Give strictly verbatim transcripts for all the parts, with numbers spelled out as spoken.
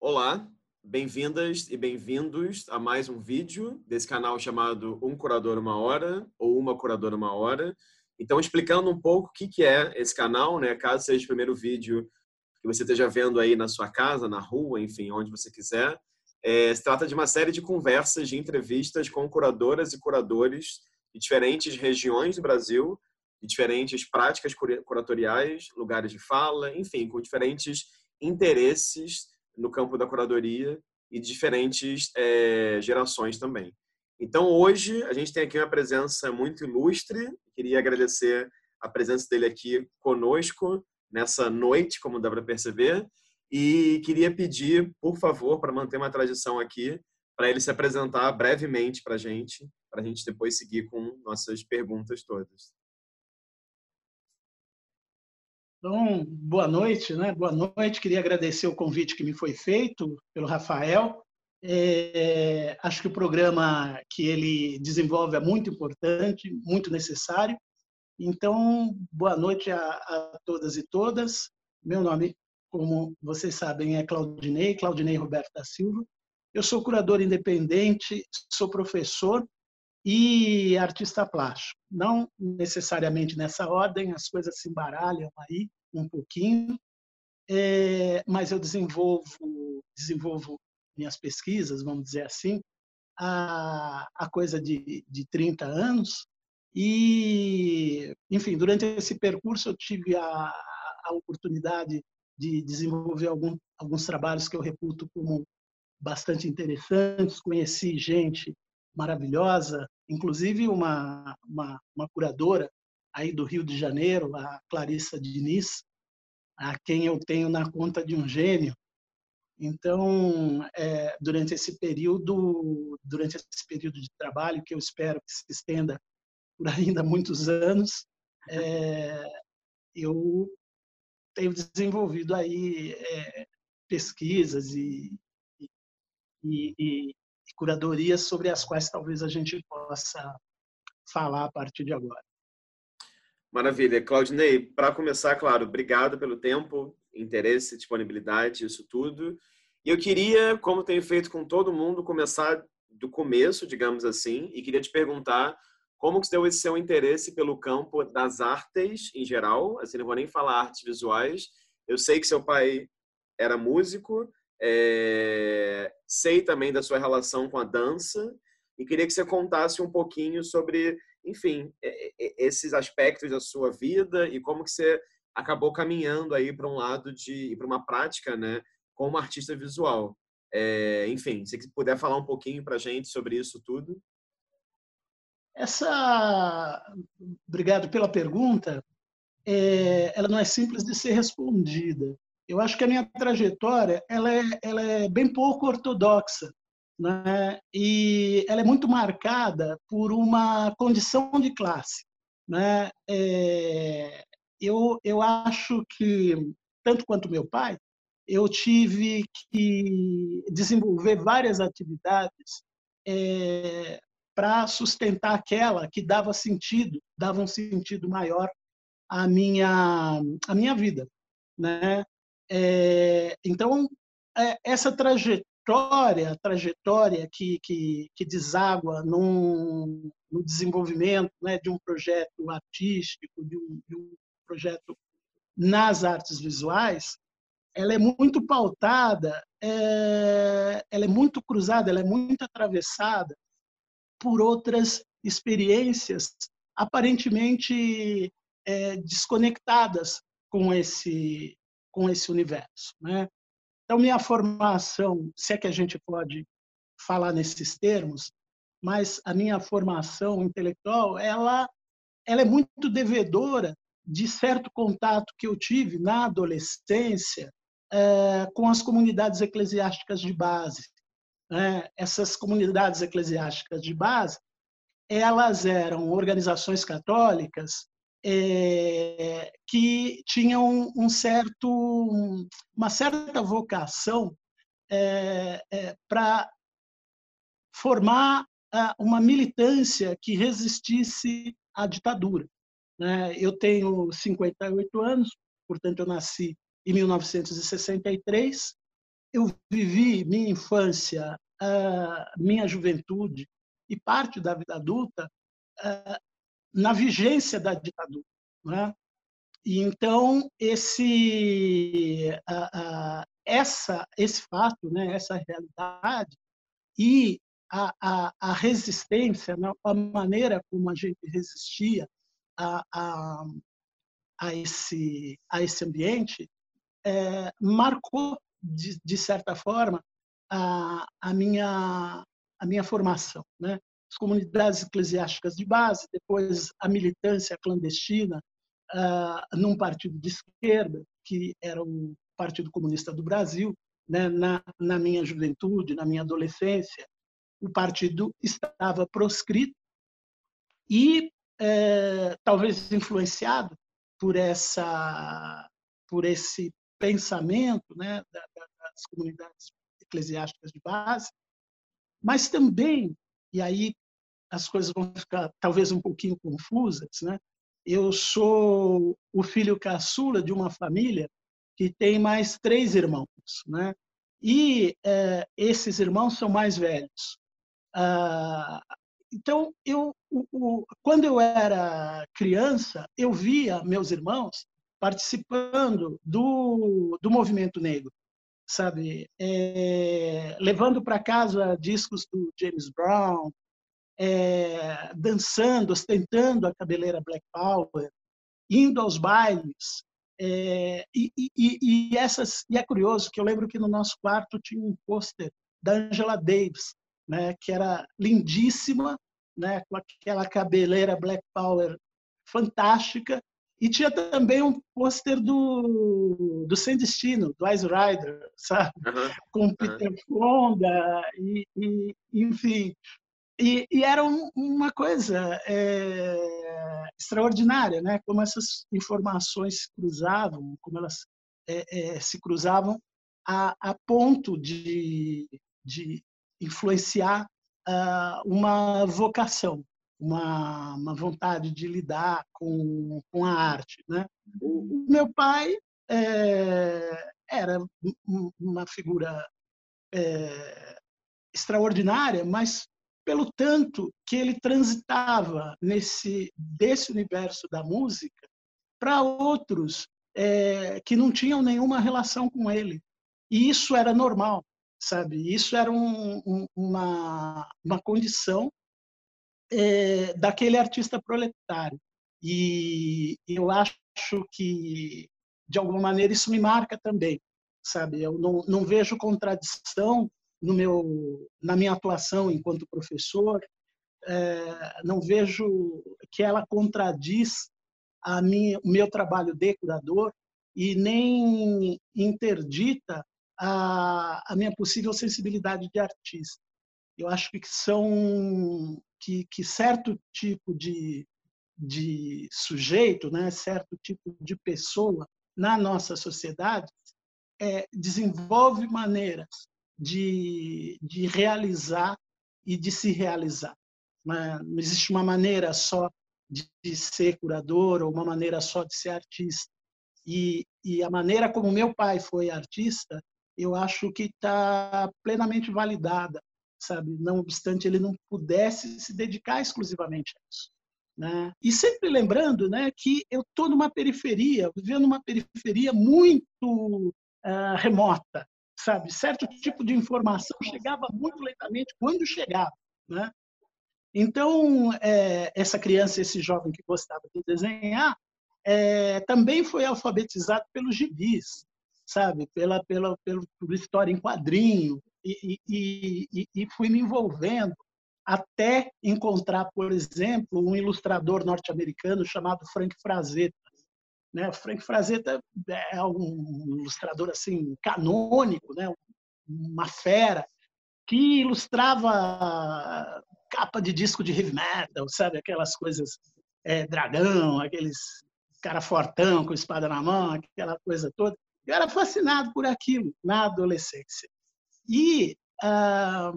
Olá, bem-vindas e bem-vindos a mais um vídeo desse canal chamado Um Curador Uma Hora ou Uma Curadora Uma Hora. Então, explicando um pouco o que que é esse canal, né? Caso seja o primeiro vídeo que você esteja vendo aí na sua casa, na rua, enfim, onde você quiser. É, se trata de uma série de conversas, de entrevistas com curadoras e curadores de diferentes regiões do Brasil, de diferentes práticas curatoriais, lugares de fala, enfim, com diferentes interesses no campo da curadoria e de diferentes é, gerações também. Então, hoje, a gente tem aqui uma presença muito ilustre. Queria agradecer a presença dele aqui conosco nessa noite, como dá para perceber, e queria pedir, por favor, para manter uma tradição aqui, para ele se apresentar brevemente para a gente, para a gente depois seguir com nossas perguntas todas. Então, boa noite, né? Boa noite. Queria agradecer o convite que me foi feito pelo Rafael. É, acho que o programa que ele desenvolve é muito importante, muito necessário. Então, boa noite a, a todas e todas. Meu nome, como vocês sabem, é Claudinei, Claudinei Roberto da Silva. Eu sou curador independente, sou professor e artista plástico. Não necessariamente nessa ordem, as coisas se embaralham aí um pouquinho, é, mas eu desenvolvo, desenvolvo minhas pesquisas, vamos dizer assim, há, há coisa de, de trinta anos. E, enfim, durante esse percurso eu tive a, a oportunidade de desenvolver algum, alguns trabalhos que eu reputo como bastante interessantes. Conheci gente maravilhosa, inclusive uma, uma, uma curadora aí do Rio de Janeiro, a Clarissa Diniz, a quem eu tenho na conta de um gênio. Então, é, durante esse período, durante esse período de trabalho, que eu espero que se estenda por ainda muitos anos, é, eu tenho desenvolvido aí é, pesquisas e, e, e, e curadorias sobre as quais talvez a gente possa falar a partir de agora. Maravilha. Claudinei, para começar, claro, obrigado pelo tempo, interesse, disponibilidade, isso tudo. E eu queria, como tenho feito com todo mundo, começar do começo, digamos assim, e queria te perguntar como que se deu esse seu interesse pelo campo das artes em geral, assim, não vou nem falar artes visuais. Eu sei que seu pai era músico, é... sei também da sua relação com a dança, e queria que você contasse um pouquinho sobre, enfim, esses aspectos da sua vida e como que você acabou caminhando aí para um lado de para uma prática, né, como artista visual. É, enfim, se você puder falar um pouquinho para a gente sobre isso tudo. Essa, obrigado pela pergunta. É, ela não é simples de ser respondida. Eu acho que a minha trajetória ela é, ela é bem pouco ortodoxa, né? E ela é muito marcada por uma condição de classe, né? É, eu, eu acho que, tanto quanto meu pai, eu tive que desenvolver várias atividades é, para sustentar aquela que dava sentido, dava um sentido maior à minha, à minha vida, né? É, então, é, essa trajetória, trajetória que, que, que deságua num, no desenvolvimento, né, de um projeto artístico, de um, de um projeto nas artes visuais, ela é muito pautada, é, ela é muito cruzada, ela é muito atravessada por outras experiências aparentemente é, desconectadas com esse com esse universo, né? Então minha formação, se é que a gente pode falar nesses termos, mas a minha formação intelectual, ela ela é muito devedora de certo contato que eu tive na adolescência é, com as comunidades eclesiásticas de base. Né? Essas comunidades eclesiásticas de base, elas eram organizações católicas é, que tinham um certo, uma certa vocação é, é, para formar uma militância que resistisse à ditadura. Né? Eu tenho cinquenta e oito anos, portanto, eu nasci em mil novecentos e sessenta e três, eu vivi minha infância, ah, minha juventude e parte da vida adulta ah, na vigência da ditadura, né? E então esse, a, a, essa, esse fato, né, essa realidade e a, a, a resistência, né, a maneira como a gente resistia a, a, a, esse, a esse ambiente, é, marcou, de, de certa forma, a, a, minha, a minha formação. Né? As comunidades eclesiásticas de base, depois a militância clandestina uh, num partido de esquerda, que era o Partido Comunista do Brasil, né? na, na minha juventude, na minha adolescência, o partido estava proscrito e, é, talvez influenciado por essa, por esse pensamento, né, das comunidades eclesiásticas de base, mas também, e aí as coisas vão ficar talvez um pouquinho confusas, né? Eu sou o filho caçula de uma família que tem mais três irmãos, né? E é, esses irmãos são mais velhos. Ah, então, eu, o, o, quando eu era criança, eu via meus irmãos participando do, do movimento negro, sabe? É, levando para casa discos do James Brown, é, dançando, ostentando a cabeleira Black Power, indo aos bailes. É, e, e, e, essas, e é curioso que eu lembro que no nosso quarto tinha um pôster da Angela Davis, né, que era lindíssima, né, com aquela cabeleira Black Power fantástica, e tinha também um pôster do, do Sem Destino, do Ice Rider, sabe? Uhum. Com Peter Fonda, e, e, enfim. E, e era um, uma coisa é, extraordinária, né? Como essas informações se cruzavam, como elas é, é, se cruzavam a, a ponto de, de influenciar uh, uma vocação, uma, uma vontade de lidar com, com a arte, né? O, o meu pai é, era uma figura é, extraordinária, mas pelo tanto que ele transitava nesse desse universo da música para outros é, que não tinham nenhuma relação com ele. E isso era normal, sabe? Isso era um, um, uma, uma condição é, daquele artista proletário. E eu acho que, de alguma maneira, isso me marca também, sabe? Eu não, não vejo contradição no meu, na minha atuação enquanto professor, é, não vejo que ela contradiz a minha, o meu trabalho de curador e nem interdita a, a minha possível sensibilidade de artista. Eu acho que são que, que certo tipo de, de sujeito, né, certo tipo de pessoa na nossa sociedade é, desenvolve maneiras de, de realizar e de se realizar. Não existe uma maneira só de, de ser curador ou uma maneira só de ser artista. E, e a maneira como meu pai foi artista, eu acho que está plenamente validada, sabe? Não obstante ele não pudesse se dedicar exclusivamente a isso. Né? E sempre lembrando, né, que eu estou numa periferia, vivendo numa periferia muito uh, remota, sabe? Certo tipo de informação chegava muito lentamente quando chegava, né? Então, é, essa criança, esse jovem que gostava de desenhar, é, também foi alfabetizado pelos gibis, sabe? Pela, pela, pela, pela história em quadrinho, e, e, e, e fui me envolvendo até encontrar, por exemplo, um ilustrador norte-americano chamado Frank Frazetta. Né? Frank Frazetta é um ilustrador assim canônico, né? Uma fera, que ilustrava capa de disco de heavy metal, sabe? Aquelas coisas, é, dragão, aqueles cara fortão com espada na mão, aquela coisa toda. Eu era fascinado por aquilo na adolescência. E ah,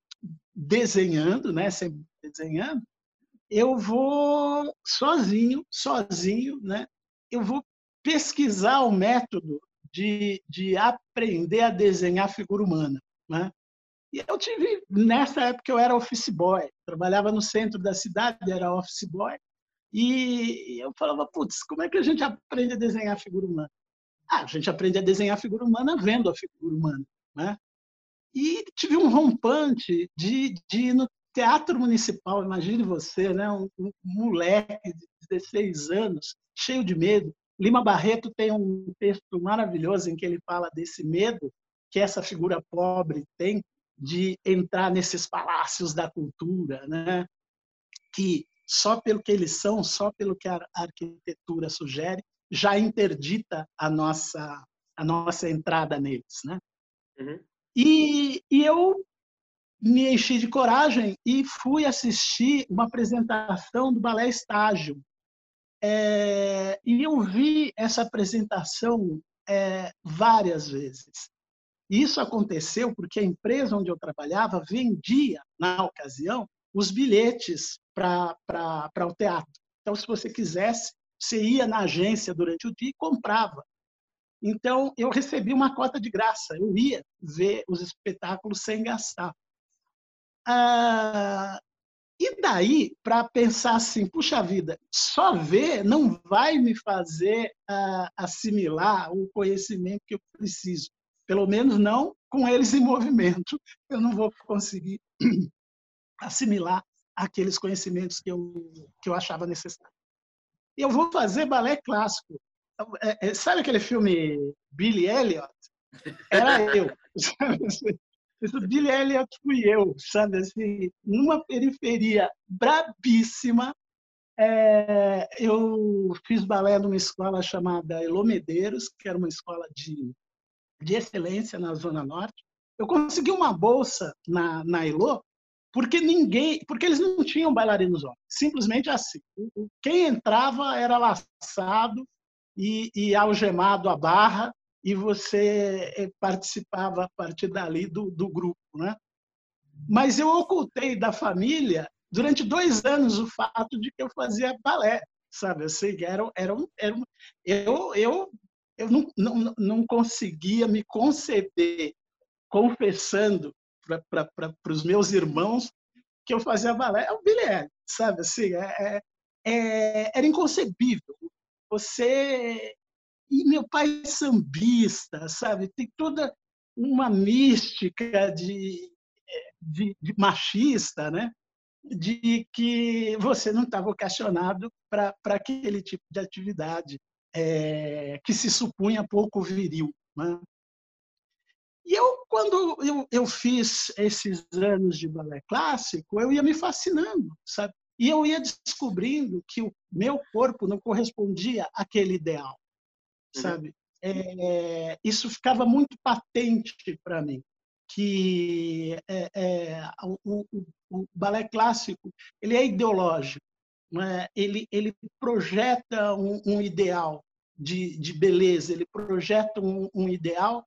desenhando, né? Sempre desenhando, eu vou sozinho, sozinho, né? Eu vou pesquisar o método de, de aprender a desenhar figura humana, né? E eu tive, nessa época eu era office boy, trabalhava no centro da cidade, era office boy, e eu falava, putz, como é que a gente aprende a desenhar figura humana? Ah, a gente aprende a desenhar figura humana vendo a figura humana, né? E tive um rompante de, de ir no Teatro Municipal, imagine você, né? um, um moleque de dezesseis anos, cheio de medo. Lima Barreto tem um texto maravilhoso em que ele fala desse medo que essa figura pobre tem de entrar nesses palácios da cultura, né? Que só pelo que eles são, só pelo que a arquitetura sugere, já interdita a nossa, a nossa entrada neles, né? Uhum. E, e eu me enchi de coragem e fui assistir uma apresentação do Balé Estágio. É, e eu vi essa apresentação é, várias vezes. Isso aconteceu porque a empresa onde eu trabalhava vendia, na ocasião, os bilhetes para o teatro. Então, se você quisesse, você ia na agência durante o dia e comprava. Então, eu recebi uma cota de graça. Eu ia ver os espetáculos sem gastar. Ah, e daí, para pensar assim, puxa vida, só ver não vai me fazer ah, assimilar o conhecimento que eu preciso. Pelo menos não com eles em movimento. Eu não vou conseguir assimilar aqueles conhecimentos que eu, que eu achava necessário. E eu vou fazer balé clássico. É, é, sabe aquele filme Billy Elliot? Era eu. Esse Billy Elliot fui eu, sabe assim, numa periferia brabíssima. É, eu fiz balé numa escola chamada Elô Medeiros, que era uma escola de, de excelência na Zona Norte. Eu consegui uma bolsa na, na Elô porque ninguém, porque eles não tinham bailarinos homens, simplesmente assim. Quem entrava era laçado e, e algemado à barra, e você participava a partir dali do, do grupo, né? Mas eu ocultei da família durante dois anos o fato de que eu fazia balé, sabe? Assim, era, era, era, eu, eu, eu não, não, não conseguia me conceber confessando para os meus irmãos que eu fazia balé. É o Billy Elliot, sabe? Assim, é, é, era inconcebível. Você e meu pai é sambista, sabe? Tem toda uma mística de, de, de machista, né? De que você não está vocacionado para aquele tipo de atividade é, que se supunha pouco viril, né? E eu, quando eu, eu fiz esses anos de balé clássico, eu ia me fascinando, sabe? E eu ia descobrindo que o meu corpo não correspondia àquele ideal, sabe? É, isso ficava muito patente para mim, que é, é, o, o, o balé clássico ele é ideológico, né? ele, ele projeta um, um ideal de, de beleza, ele projeta um, um ideal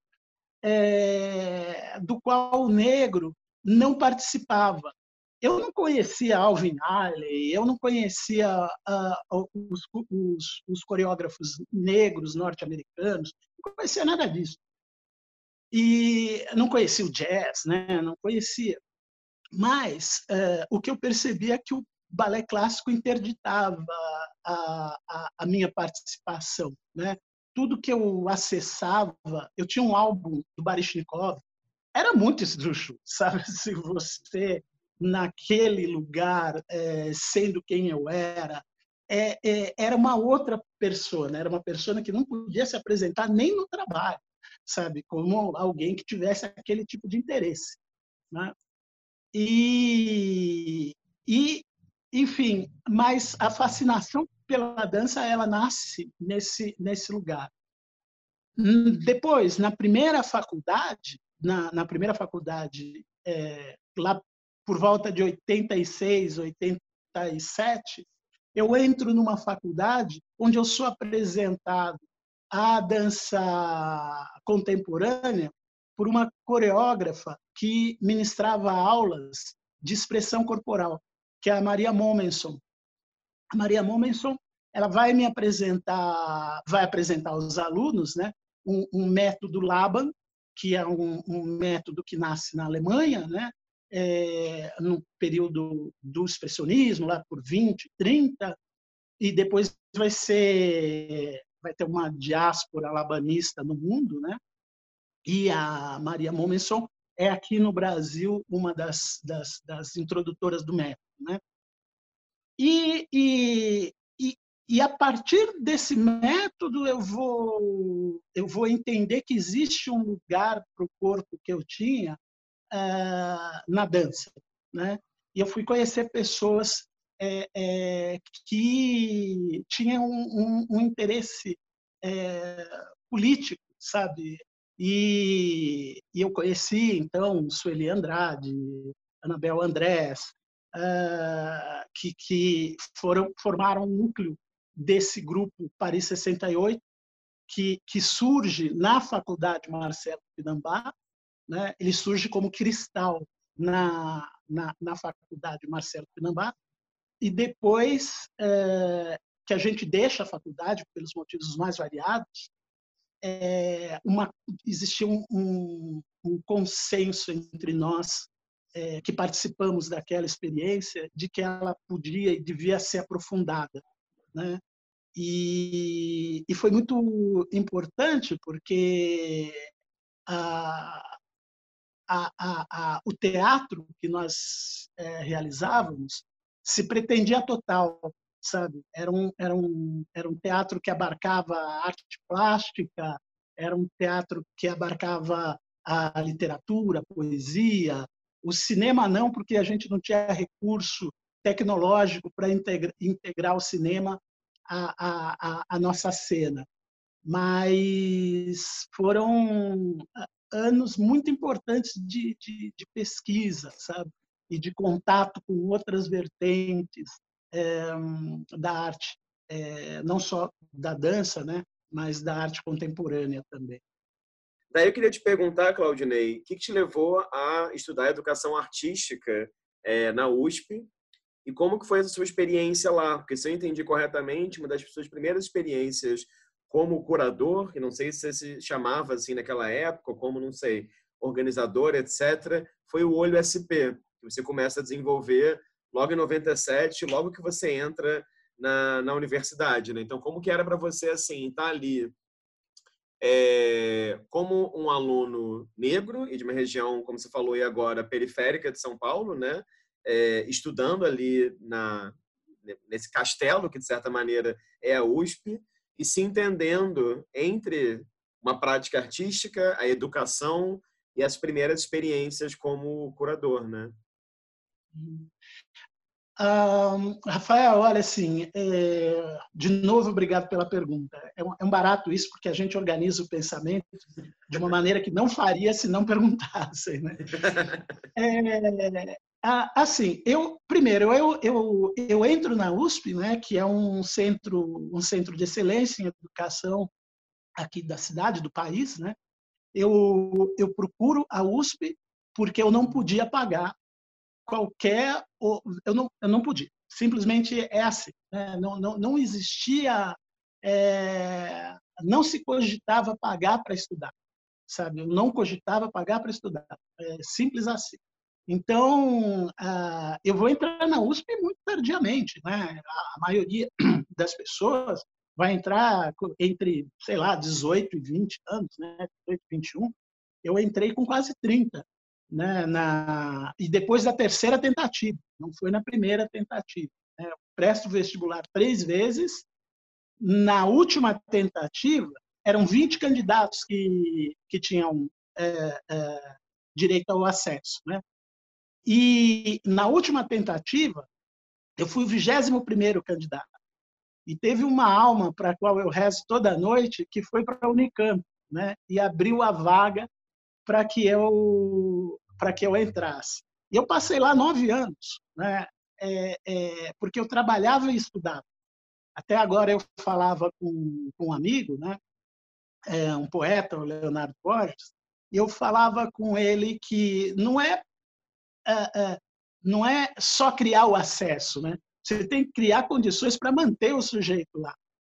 é, do qual o negro não participava. Eu não conhecia Alvin Ailey, eu não conhecia uh, os, os, os coreógrafos negros norte-americanos, não conhecia nada disso. E não conhecia o jazz, né? Não conhecia. Mas uh, o que eu percebi é que o balé clássico interditava a, a, a minha participação, né? Tudo que eu acessava, eu tinha um álbum do Baryshnikov, era muito esdrúxulo, sabe? Se você naquele lugar, é, sendo quem eu era, é, é, era uma outra persona, era uma persona que não podia se apresentar nem no trabalho, sabe? Como alguém que tivesse aquele tipo de interesse, né? E, e, enfim, mas a fascinação pela dança, ela nasce nesse, nesse lugar. Depois, na primeira faculdade, na, na primeira faculdade, é, lá por volta de oitenta e seis, oitenta e sete, eu entro numa faculdade onde eu sou apresentado à dança contemporânea por uma coreógrafa que ministrava aulas de expressão corporal, que é a Maria Momenson. A Maria Momenson, ela vai me apresentar, vai apresentar os alunos, né, um, um método Laban, que é um, um método que nasce na Alemanha, né? É, no período do expressionismo, lá por vinte, trinta, e depois vai ser vai ter uma diáspora labanista no mundo, né? E a Maria Mommsen é aqui no Brasil uma das, das, das introdutoras do método, né? E, e, e, e a partir desse método eu vou eu vou entender que existe um lugar para o corpo que eu tinha uh, na dança, né? E eu fui conhecer pessoas é, é, que tinham um, um, um interesse é, político, sabe? E, e eu conheci, então, Sueli Andrade, Anabel Andrés, uh, que, que foram, formaram um núcleo desse grupo Paris sessenta e oito, que, que surge na Faculdade Marcelo Pinambá, né? Ele surge como cristal na, na, na Faculdade Marcelo Pinambá, e depois é, que a gente deixa a faculdade, pelos motivos mais variados, é, uma, existia um, um, um consenso entre nós é, que participamos daquela experiência de que ela podia e devia ser aprofundada, né? E, e foi muito importante porque a, a, a, a, o teatro que nós é, realizávamos se pretendia total, sabe? Era um, era, um, era um teatro que abarcava a arte plástica, era um teatro que abarcava a literatura, a poesia, o cinema não, porque a gente não tinha recurso tecnológico para integrar, integrar o cinema à, à, à nossa cena. Mas foram anos muito importantes de, de, de pesquisa, sabe? E de contato com outras vertentes é, da arte, é, não só da dança, né? Mas da arte contemporânea também. Daí eu queria te perguntar, Claudinei, o que te levou a estudar educação artística é, na U S P e como que foi essa sua experiência lá? Porque se eu entendi corretamente, uma das suas primeiras experiências como curador, e não sei se você se chamava assim naquela época, como, não sei, organizador, etcétera, foi o Olho S P, que você começa a desenvolver logo em noventa e sete, logo que você entra na, na universidade, né? Então, como que era para você, assim, estar ali é, como um aluno negro e de uma região, como você falou aí agora, periférica de São Paulo, né? É, estudando ali na, nesse castelo, que de certa maneira é a U S P, e se entendendo entre uma prática artística, a educação e as primeiras experiências como curador, né? Um, Rafael, olha, assim, é, de novo, obrigado pela pergunta. É um, é um barato isso, porque a gente organiza o pensamento de uma maneira que não faria se não perguntassem, né? É, assim, eu primeiro eu, eu, eu entro na U S P, né, que é um centro um centro de excelência em educação aqui da cidade, do país, né? Eu eu procuro a U S P porque eu não podia pagar qualquer eu não eu não podia, simplesmente é assim, né? Não não não existia é, não se cogitava pagar para estudar, sabe? Eu não cogitava pagar para estudar, é simples assim. Então, eu vou entrar na U S P muito tardiamente, né? A maioria das pessoas vai entrar entre, sei lá, dezoito e vinte anos, né? dezoito, vinte e um. Eu entrei com quase trinta, né? Na... E depois da terceira tentativa, não foi na primeira tentativa, né? Eu presto vestibular três vezes. Na última tentativa, eram vinte candidatos que, que tinham é, é, direito ao acesso, né? E na última tentativa, eu fui o vigésimo primeiro candidato. E teve uma alma para a qual eu rezo toda noite, que foi para a Unicamp, né? E abriu a vaga para que eu para que eu entrasse. E eu passei lá nove anos, né? É, é, porque eu trabalhava e estudava. Até agora eu falava com, com um amigo, né? É, um poeta, o Leonardo Borges, e eu falava com ele que não é, é, é não é só criar o acesso, né? Você tem que criar condições para manter o sujeito lá,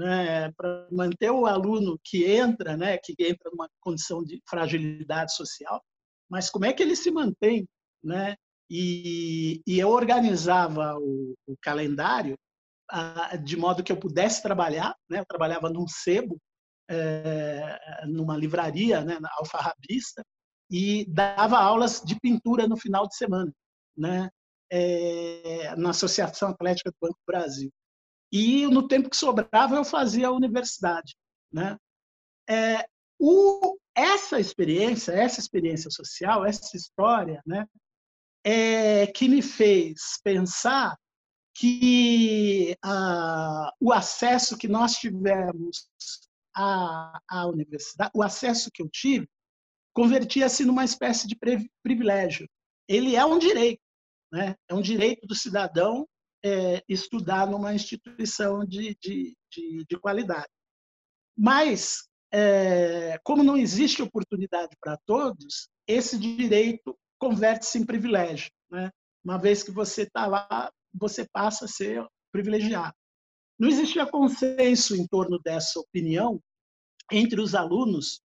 né, para manter o aluno que entra, né, que entra numa condição de fragilidade social, mas como é que ele se mantém, né? E, e eu organizava o, o calendário ah, de modo que eu pudesse trabalhar, né? Eu trabalhava num sebo, é, numa livraria, né, na alfarrabista, e dava aulas de pintura no final de semana, né? É, na Associação Atlética do Banco do Brasil. E no tempo que sobrava eu fazia a universidade, né? É, o, essa experiência, essa experiência social, essa história, né, é que me fez pensar que ah, o acesso que nós tivemos à, à universidade, o acesso que eu tive, convertia-se numa espécie de privilégio. Ele é um direito, né? É um direito do cidadão é, estudar numa instituição de, de, de, de qualidade. Mas, é, como não existe oportunidade para todos, esse direito converte-se em privilégio, né? Uma vez que você está lá, você passa a ser privilegiado. Não existia consenso em torno dessa opinião entre os alunos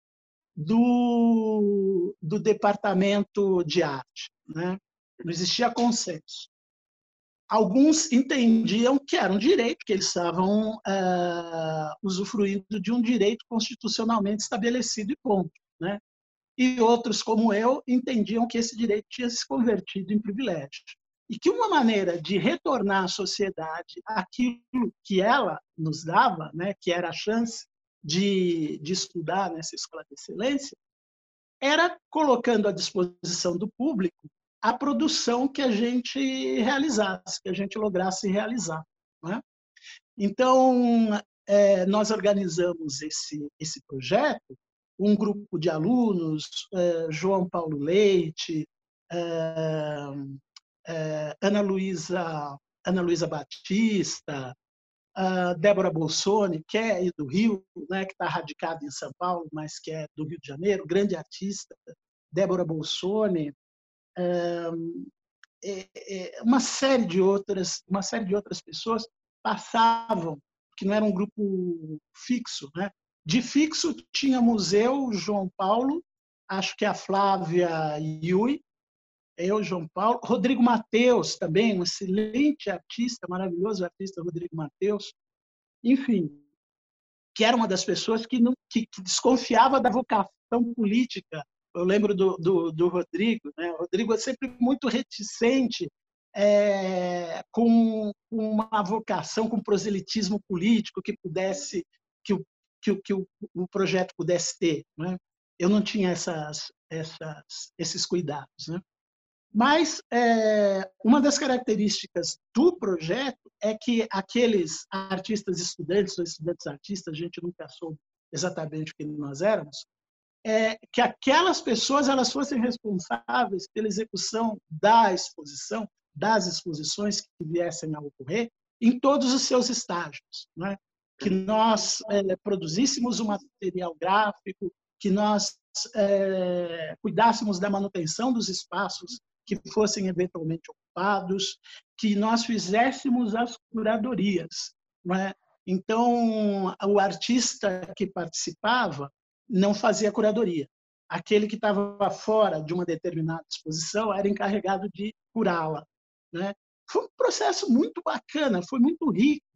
do, do departamento de arte, né? Não existia consenso. Alguns entendiam que era um direito, que eles estavam uh, usufruindo de um direito constitucionalmente estabelecido e ponto, né? E outros, como eu, entendiam que esse direito tinha se convertido em privilégio. E que uma maneira de retornar à sociedade aquilo que ela nos dava, né, que era a chance de, de estudar nessa escola de excelência, era colocando à disposição do público a produção que a gente realizasse, que a gente lograsse realizar, né? Então, é, nós organizamos esse, esse projeto, um grupo de alunos, é, João Paulo Leite, é, é, Ana Luísa Ana Luísa Batista, a Débora Bolsoni, que é do Rio, né, que está radicada em São Paulo, mas que é do Rio de Janeiro, grande artista, Débora Bolsoni, é, é, uma série de outras, uma série de outras pessoas passavam, que não era um grupo fixo, né? De fixo tinha Museu João Paulo, acho que a Flávia Yui, eu, João Paulo, Rodrigo Mateus também, um excelente artista, maravilhoso artista, Rodrigo Mateus, enfim, que era uma das pessoas que, não, que, que desconfiava da vocação política. Eu lembro do, do, do Rodrigo, né? O Rodrigo é sempre muito reticente é, com uma vocação, com proselitismo político que pudesse, que o, que, o, que o, o projeto pudesse ter, né? Eu não tinha essas, essas, esses cuidados, né? Mas é, uma das características do projeto é que aqueles artistas estudantes ou estudantes artistas, a gente nunca soube exatamente o que nós éramos, é que aquelas pessoas elas fossem responsáveis pela execução da exposição, das exposições que viessem a ocorrer em todos os seus estágios, né? Que nós é, produzíssemos um material gráfico, que nós é, cuidássemos da manutenção dos espaços que fossem eventualmente ocupados, que nós fizéssemos as curadorias, não é? Então, o artista que participava não fazia curadoria. Aquele que estava fora de uma determinada exposição era encarregado de curá-la, né? Foi um processo muito bacana, foi muito rico.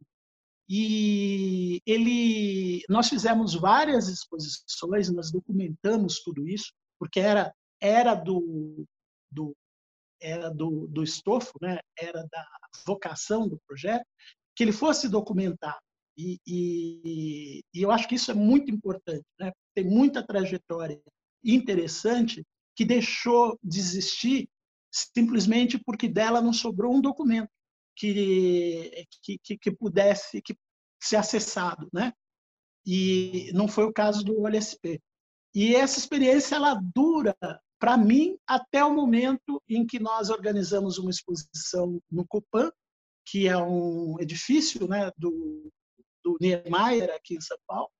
E ele, nós fizemos várias exposições, nós documentamos tudo isso, porque era, era do, do era do, do estofo, né? Era da vocação do projeto, que ele fosse documentado. E, e, e eu acho que isso é muito importante, né? Tem muita trajetória interessante que deixou de existir simplesmente porque dela não sobrou um documento que, que, que pudesse que ser acessado, né? E não foi o caso do O L S P. E essa experiência ela dura, para mim, até o momento em que nós organizamos uma exposição no Copan, que é um edifício, né, do, do Niemeyer, aqui em São Paulo,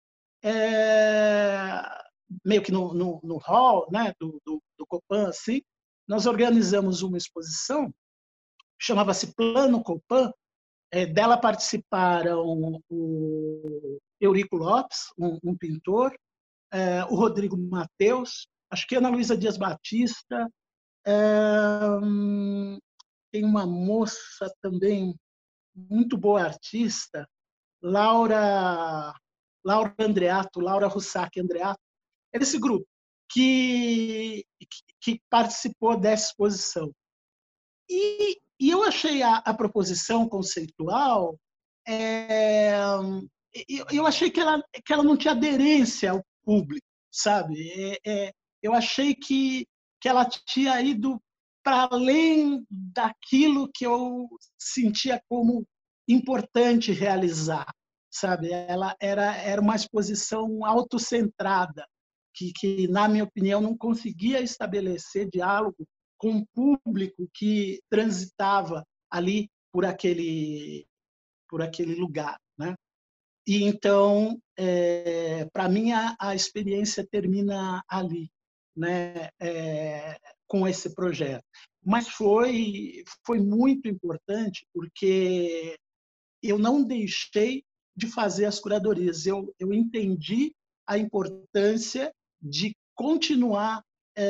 é, meio que no, no, no hall, né, do, do, do Copan, assim, nós organizamos uma exposição, chamava-se Plano Copan, É, dela participaram o Eurico Lopes, um, um pintor, é, o Rodrigo Mateus, acho que Ana Luísa Dias Batista, é, hum, tem uma moça também muito boa artista, Laura, Laura Andreato, Laura Russac Andreato, era esse grupo que, que participou dessa exposição. E, e eu achei a, a proposição conceitual, é, eu, eu achei que ela, que ela não tinha aderência ao público, sabe? É, é, eu achei que, que ela tinha ido para além daquilo que eu sentia como importante realizar, sabe? Ela era, era uma exposição autocentrada, que, que, na minha opinião, não conseguia estabelecer diálogo com um público que transitava ali por aquele, por aquele lugar, né? E então, é, para mim, a, a experiência termina ali, né? É, com esse projeto. Mas foi, foi muito importante porque eu não deixei de fazer as curadorias. Eu, eu entendi a importância de continuar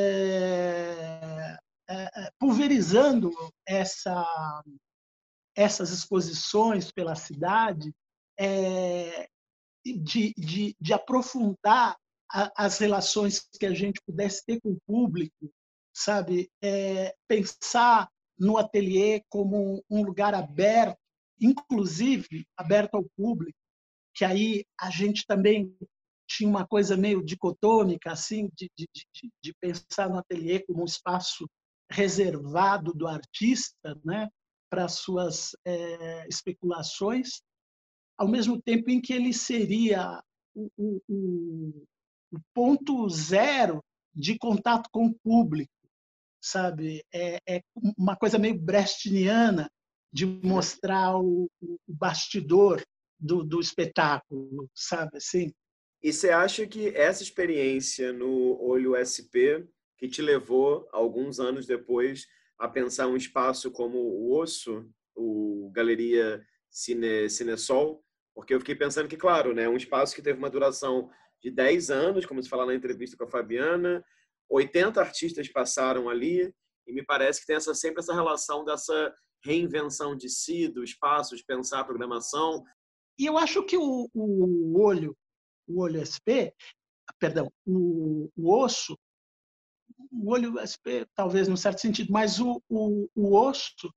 é, é, pulverizando essa, essas exposições pela cidade, é, de, de, de aprofundar a, as relações que a gente pudesse ter com o público, sabe? É, pensar no ateliê como um lugar aberto, inclusive aberto ao público, que aí a gente também tinha uma coisa meio dicotômica, assim, de, de, de, de pensar no ateliê como um espaço reservado do artista, né, para suas é, especulações, ao mesmo tempo em que ele seria o, o, o ponto zero de contato com o público, sabe? É, é uma coisa meio brechtiana de mostrar o, o bastidor do, do espetáculo, sabe assim? E você acha que essa experiência no Olho S P, que te levou, alguns anos depois, a pensar um espaço como o Osso, o Galeria Cine, Cinesol? Porque eu fiquei pensando que, claro, né, um espaço que teve uma duração de dez anos, como se fala na entrevista com a Fabiana, oitenta artistas passaram ali, e me parece que tem essa, sempre essa relação dessa reinvenção de si, do espaço, de pensar a programação. E eu acho que o, o olho, o olho S P, perdão, o, o osso, o olho S P, talvez num certo sentido, mas o, o, o osso,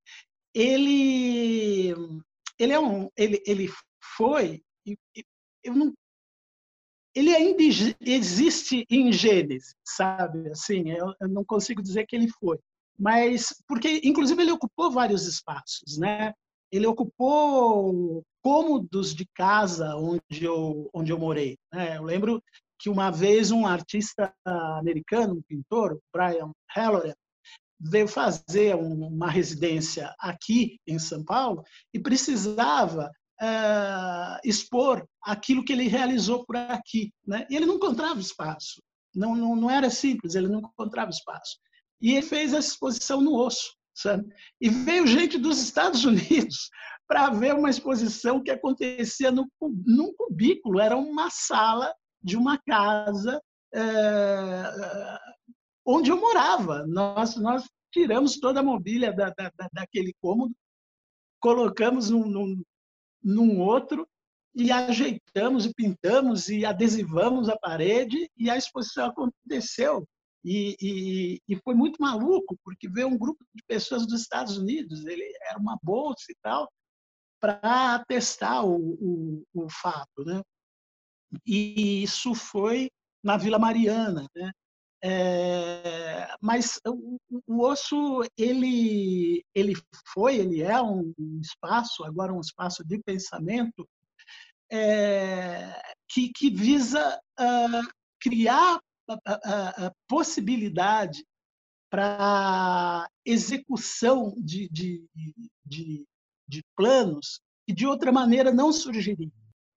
ele, ele é um, ele, ele foi, eu não, ele ainda existe em Gênesis, sabe? Assim, eu, eu não consigo dizer que ele foi, mas porque, inclusive, ele ocupou vários espaços, né? Ele ocupou cômodos de casa onde eu onde eu morei, né? Eu lembro que uma vez um artista americano, um pintor, Brian Halloran, veio fazer uma residência aqui em São Paulo e precisava uh, expor aquilo que ele realizou por aqui, né? E ele não encontrava espaço, não, não, não era simples, ele não encontrava espaço. E ele fez essa exposição no Osso, sabe? E veio gente dos Estados Unidos para ver uma exposição que acontecia no, num cubículo, era uma sala de uma casa é, onde eu morava. Nós, nós tiramos toda a mobília da, da, daquele cômodo, colocamos num, num, num outro e ajeitamos e pintamos e adesivamos a parede e a exposição aconteceu. E, e, e foi muito maluco, porque veio um grupo de pessoas dos Estados Unidos, ele era uma bolsa e tal, para testar o, o, o fato, né? E isso foi na Vila Mariana, né? É, mas o, o osso ele ele foi, ele é um espaço, agora um espaço de pensamento é, que, que visa uh, criar a, a, a possibilidade para execução de, de, de, de planos que de outra maneira não surgiriam.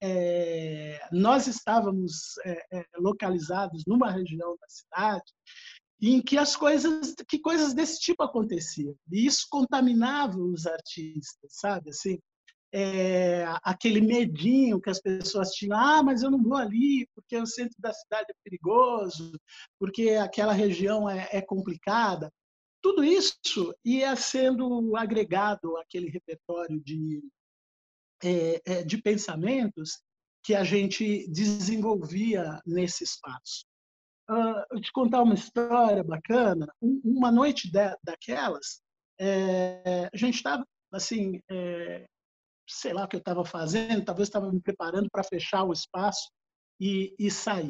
É, nós estávamos é, é, localizados numa região da cidade em que as coisas, que coisas desse tipo aconteciam. E isso contaminava os artistas, sabe? Assim, é, aquele medinho que as pessoas tinham, ah, mas eu não vou ali porque o centro da cidade é perigoso, porque aquela região é, é complicada. Tudo isso ia sendo agregado àquele repertório de, é, de pensamentos que a gente desenvolvia nesse espaço. Uh, eu te contar uma história bacana. Um, uma noite de, daquelas, é, a gente estava assim, é, sei lá o que eu estava fazendo, talvez estava me preparando para fechar o espaço e, e sair.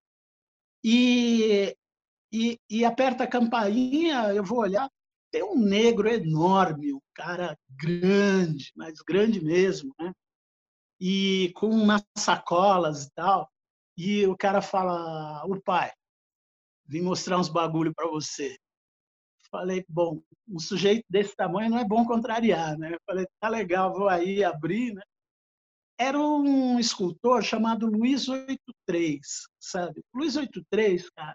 E, e, e aperta a campainha, eu vou olhar, tem um negro enorme, um cara grande, mas grande mesmo, né? E com umas sacolas e tal. E o cara fala, o pai, vim mostrar uns bagulho para você. Falei, bom, um sujeito desse tamanho não é bom contrariar, né? Falei, tá legal, vou aí abrir, né? Era um escultor chamado Luiz oitenta e três, sabe? Luiz oitenta e três, cara,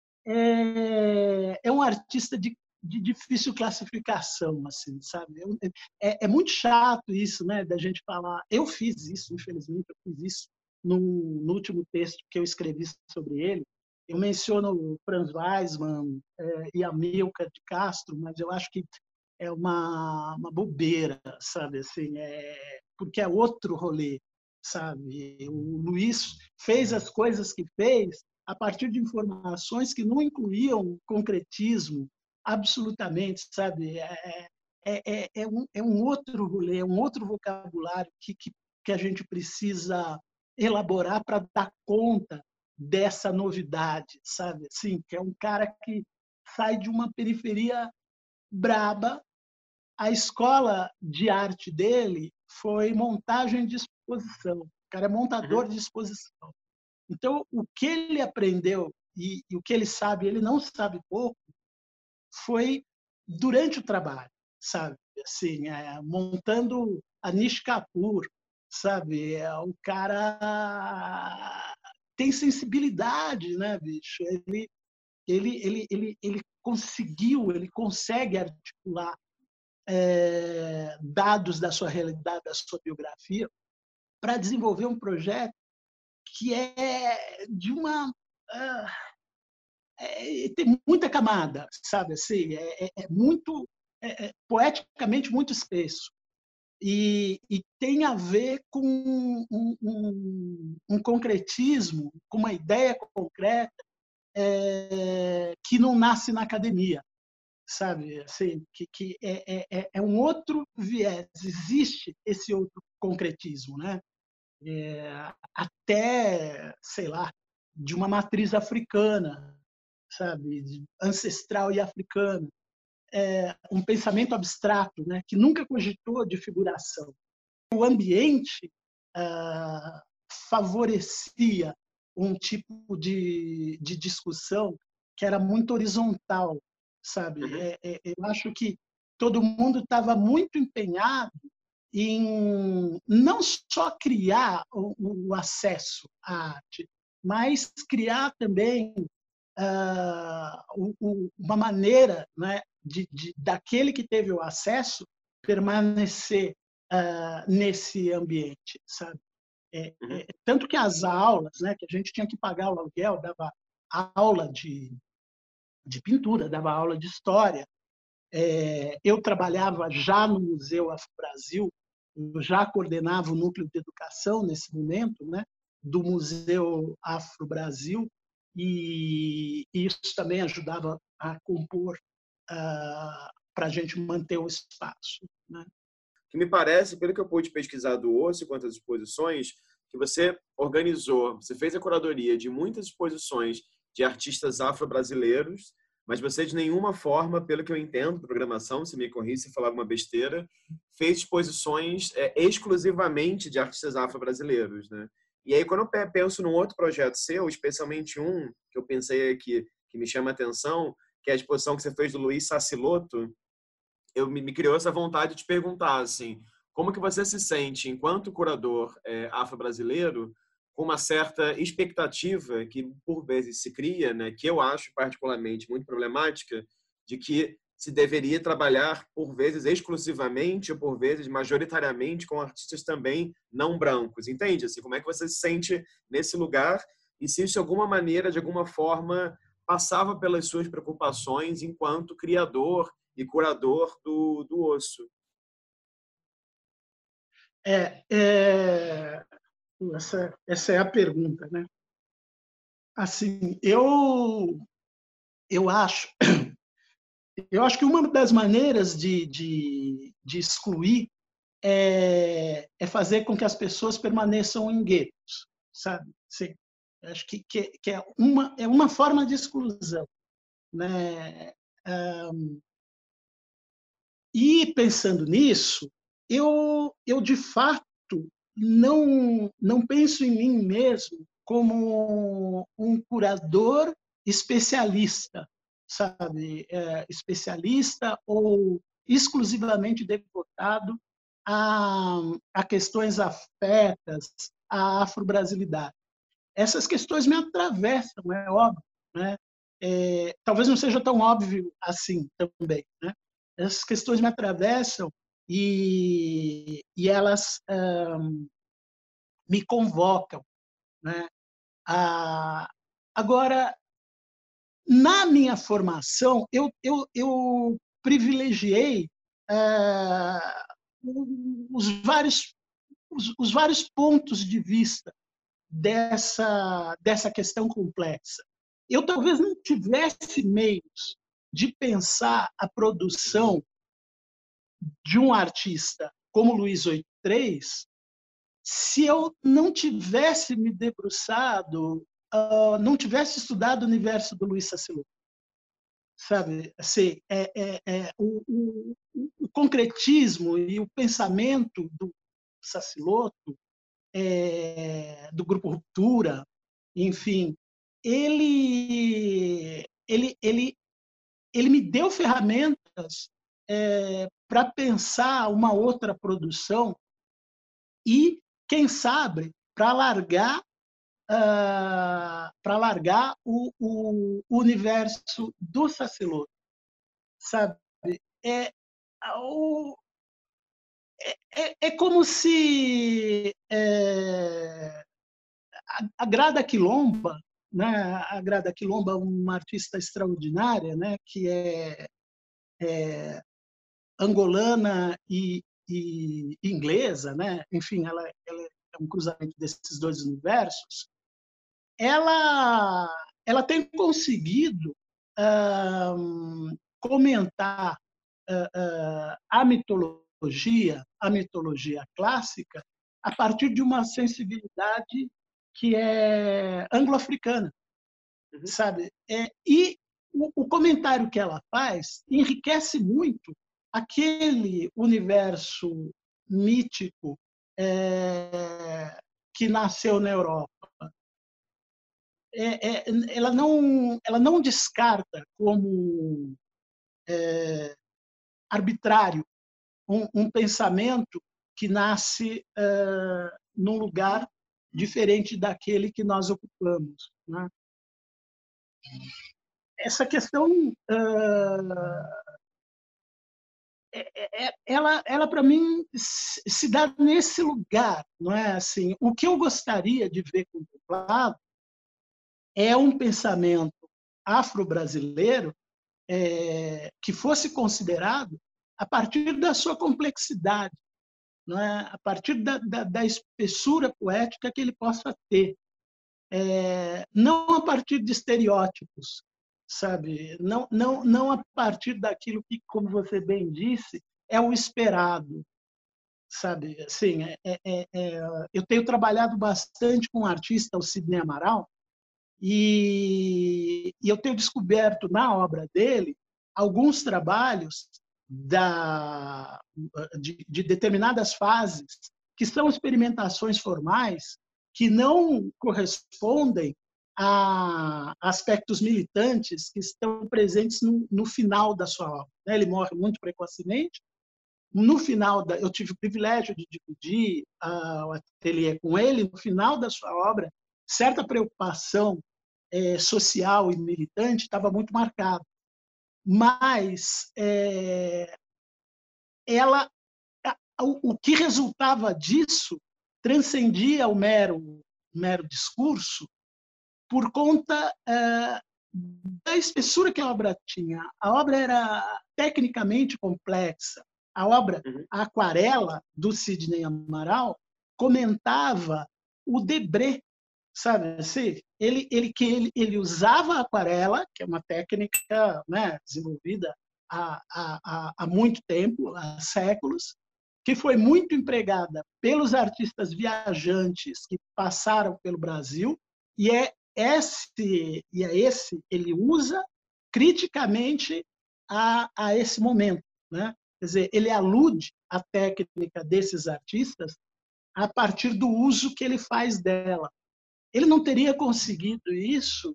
é, é um artista de, de difícil classificação, assim, sabe? É, é muito chato isso, né, da gente falar. Eu fiz isso, infelizmente, eu fiz isso no, no último texto que eu escrevi sobre ele. Eu menciono o Franz Weissmann é, e a Milka de Castro, mas eu acho que é uma, uma bobeira, sabe? Assim, é, porque é outro rolê, sabe? O Luiz fez as coisas que fez a partir de informações que não incluíam concretismo, absolutamente, sabe? É, é, é, é, um, é um outro rolê, é um outro vocabulário que, que, que a gente precisa elaborar para dar conta dessa novidade, sabe? Assim, que é um cara que sai de uma periferia braba. A escola de arte dele foi montagem de exposição. O cara é montador Uhum. de exposição. Então, o que ele aprendeu e, e o que ele sabe, ele não sabe pouco, foi durante o trabalho, sabe? Assim, é, montando a Nish Kapoor, sabe? É, o cara tem sensibilidade, né, bicho? Ele, ele, ele, ele, ele conseguiu, ele consegue articular é, dados da sua realidade, da sua biografia, para desenvolver um projeto que é de uma uh, é, tem muita camada, sabe assim, é, é, é muito é, é, poeticamente muito espesso e, e tem a ver com um, um, um concretismo, com uma ideia concreta é, que não nasce na academia, sabe assim, que, que é, é, é um outro viés, existe esse outro concretismo, né? É, até, sei lá, de uma matriz africana, sabe, ancestral e africana, é, um pensamento abstrato, né, que nunca cogitou de figuração. O ambiente ah, favorecia um tipo de, de discussão que era muito horizontal, sabe? Uhum. É, é, eu acho que todo mundo estava muito empenhado em não só criar o, o acesso à arte, mas criar também uh, o, uma maneira, né, de, de, daquele que teve o acesso permanecer uh, nesse ambiente, sabe? É, Uhum. é, tanto que as aulas, né, que a gente tinha que pagar o aluguel, dava aula de, de pintura, dava aula de história. É, eu trabalhava já no Museu Afro-Brasil, eu já coordenava o núcleo de educação nesse momento, né, do Museu Afro-Brasil, e isso também ajudava a compor uh, para a gente manter o espaço, né? Que me parece, pelo que eu pude pesquisar do Osso quanto às exposições, que você organizou, você fez a curadoria de muitas exposições de artistas afro-brasileiros, mas você de nenhuma forma, pelo que eu entendo, programação, se me corrija se falar alguma besteira, fez exposições é, exclusivamente de artistas afro-brasileiros, né? E aí, quando eu penso num outro projeto seu, especialmente um que eu pensei aqui, que me chama a atenção, que é a exposição que você fez do Luiz Sassiloto, eu me, me criou essa vontade de te perguntar assim, como que você se sente enquanto curador é, afro-brasileiro com uma certa expectativa que por vezes se cria, né, que eu acho particularmente muito problemática, de que se deveria trabalhar, por vezes, exclusivamente ou, por vezes, majoritariamente com artistas também não brancos. Entende? Assim, como é que você se sente nesse lugar e se isso, de alguma maneira, de alguma forma, passava pelas suas preocupações enquanto criador e curador do, do osso? É, é, essa, essa é a pergunta, né? Assim, eu, eu acho Eu acho que uma das maneiras de, de, de excluir é, é fazer com que as pessoas permaneçam em guetos, sabe? Sim. Acho que, que, que é, uma, é uma forma de exclusão, né? Um, e pensando nisso, eu, eu de fato não, não penso em mim mesmo como um curador especialista, sabe? É, especialista ou exclusivamente devotado a, a questões afetas à afro-brasilidade. Essas questões me atravessam, é óbvio, né? É, talvez não seja tão óbvio assim também, né? Essas questões me atravessam e, e elas hum, me convocam, né? Ah, agora, na minha formação, eu, eu, eu privilegiei ah, os, vários, os, os vários pontos de vista dessa, dessa questão complexa. Eu talvez não tivesse meios de pensar a produção de um artista como Luiz oitenta e três se eu não tivesse me debruçado, uh, não tivesse estudado o universo do Luiz Sassilotto. Sabe, assim, é, é, é, o, o, o concretismo e o pensamento do Sassilotto, é, do grupo Ruptura, enfim, ele, ele, ele, ele me deu ferramentas é, para pensar uma outra produção e, quem sabe, para largar uh, para largar o, o, o universo do Sassilotto, sabe? É, o, é, é como se é, a, a Grada Quilomba, né? A Grada Quilomba, uma artista extraordinária, né? Que é, é angolana e, e inglesa, né? Enfim, ela, ela é um cruzamento desses dois universos. Ela, ela tem conseguido uh, comentar uh, uh, a mitologia, a mitologia clássica, a partir de uma sensibilidade que é anglo-africana, Uhum. sabe? É, e o, o comentário que ela faz enriquece muito aquele universo mítico é, que nasceu na Europa. É, é, ela não ela não descarta como é, arbitrário um, um pensamento que nasce é, num lugar diferente daquele que nós ocupamos, né? Essa questão é, ela ela para mim se dá nesse lugar, não é assim? O que eu gostaria de ver contemplado é um pensamento afro-brasileiro é, que fosse considerado a partir da sua complexidade, não é? A partir da, da, da espessura poética que ele possa ter, é, não a partir de estereótipos, sabe? Não, não, não a partir daquilo que, como você bem disse, é o esperado, sabe? Assim, é, é, é, eu tenho trabalhado bastante com o artista, o Sidney Amaral, e, e eu tenho descoberto na obra dele alguns trabalhos da, de, de determinadas fases que são experimentações formais que não correspondem a aspectos militantes que estão presentes no, no final da sua obra. Ele morre muito precocemente. No final, da, eu tive o privilégio de dividir uh, o ateliê com ele. No final da sua obra, certa preocupação é, social e militante estava muito marcada. mas é, ela, o, o que resultava disso transcendia o mero, mero discurso por conta é, da espessura que a obra tinha. A obra era tecnicamente complexa. A obra, Uhum. a Aquarela, do Sidney Amaral, comentava o Debré, sabe assim? Ele, ele, que ele, ele usava a aquarela, que é uma técnica, né, desenvolvida há, há, há muito tempo, há séculos, que foi muito empregada pelos artistas viajantes que passaram pelo Brasil, e é esse, e é esse ele usa criticamente a, a esse momento, né? Quer dizer, ele alude à técnica desses artistas a partir do uso que ele faz dela. Ele não teria conseguido isso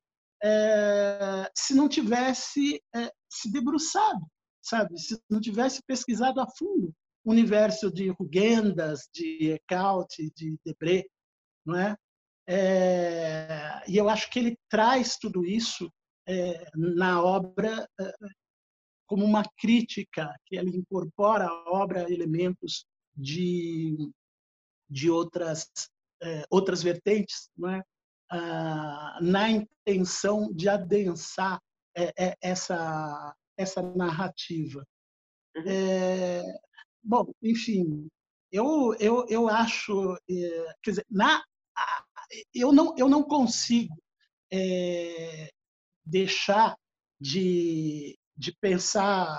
é, se não tivesse é, se debruçado, sabe? Se não tivesse pesquisado a fundo o universo de Rugendas, de Ecault, de Debré, não é? É, e eu acho que ele traz tudo isso é, na obra é, como uma crítica, que ele incorpora à obra elementos de, de outras, é, outras vertentes, não é? Ah, na intenção de adensar é, é, essa, essa narrativa. Uhum. É, bom, enfim, eu, eu, eu acho, é, quer dizer, na, eu, não, eu não consigo é, deixar de, de pensar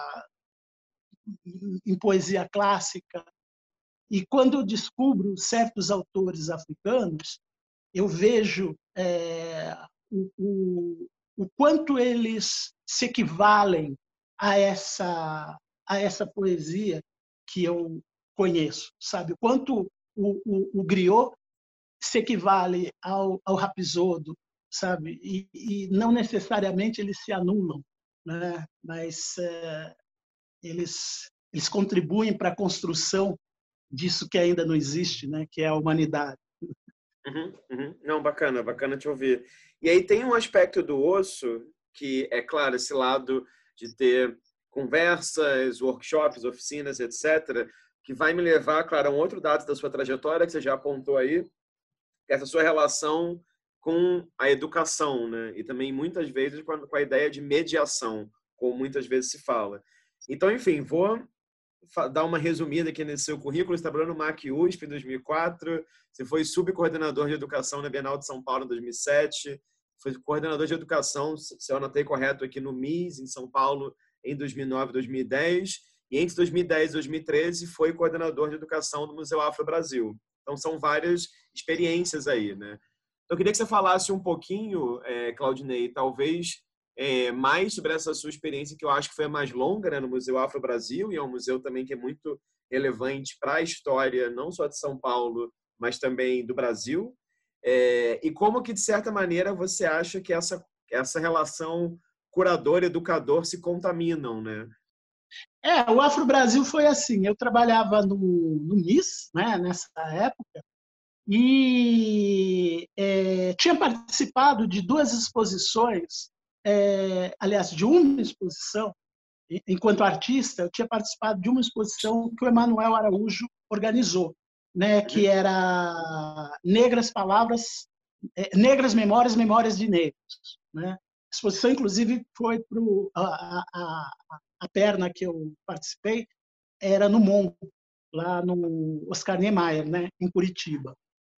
em, em poesia clássica, e quando eu descubro certos autores africanos, eu vejo é, o, o, o quanto eles se equivalem a essa, a essa poesia que eu conheço, sabe? O quanto o, o, o griot se equivale ao, ao Rapsodo, sabe? E, e não necessariamente eles se anulam, né? Mas é, eles, eles contribuem para a construção disso que ainda não existe, né? Que é a humanidade. Uhum, uhum. Não, bacana, bacana te ouvir. E aí tem um aspecto do osso que é, claro, esse lado de ter conversas, workshops, oficinas, etcétera, que vai me levar, claro, a um outro dado da sua trajetória que você já apontou aí, essa sua relação com a educação, né? E também muitas vezes com a, com a ideia de mediação, como muitas vezes se fala. Então, enfim, vou dar uma resumida aqui nesse seu currículo. Você trabalhou no MAC U S P em dois mil e quatro, você foi subcoordenador de educação na Bienal de São Paulo em dois mil e sete, foi coordenador de educação, se eu anotei correto, aqui no M I S, em São Paulo, em dois mil e nove e dois mil e dez, e entre dois mil e dez e dois mil e treze foi coordenador de educação do Museu Afro Brasil. Então, são várias experiências aí, né? Então, eu queria que você falasse um pouquinho, é, Claudinei, talvez é, mais sobre essa sua experiência, que eu acho que foi a mais longa, né, no Museu Afro Brasil, e é um museu também que é muito relevante para a história, não só de São Paulo, mas também do Brasil. É, e como que, de certa maneira, você acha que essa, essa relação curador-educador se contaminam, né? É, o Afro Brasil foi assim. Eu trabalhava no, no M I S, né, nessa época, e é, tinha participado de duas exposições, é, aliás, de uma exposição, enquanto artista, eu tinha participado de uma exposição que o Emanuel Araújo organizou, né, que era Negras Palavras, é, Negras Memórias, Memórias de Negros, né? A exposição, inclusive, foi para a, a, a perna que eu participei, era no M O N, lá no Oscar Niemeyer, né, em Curitiba.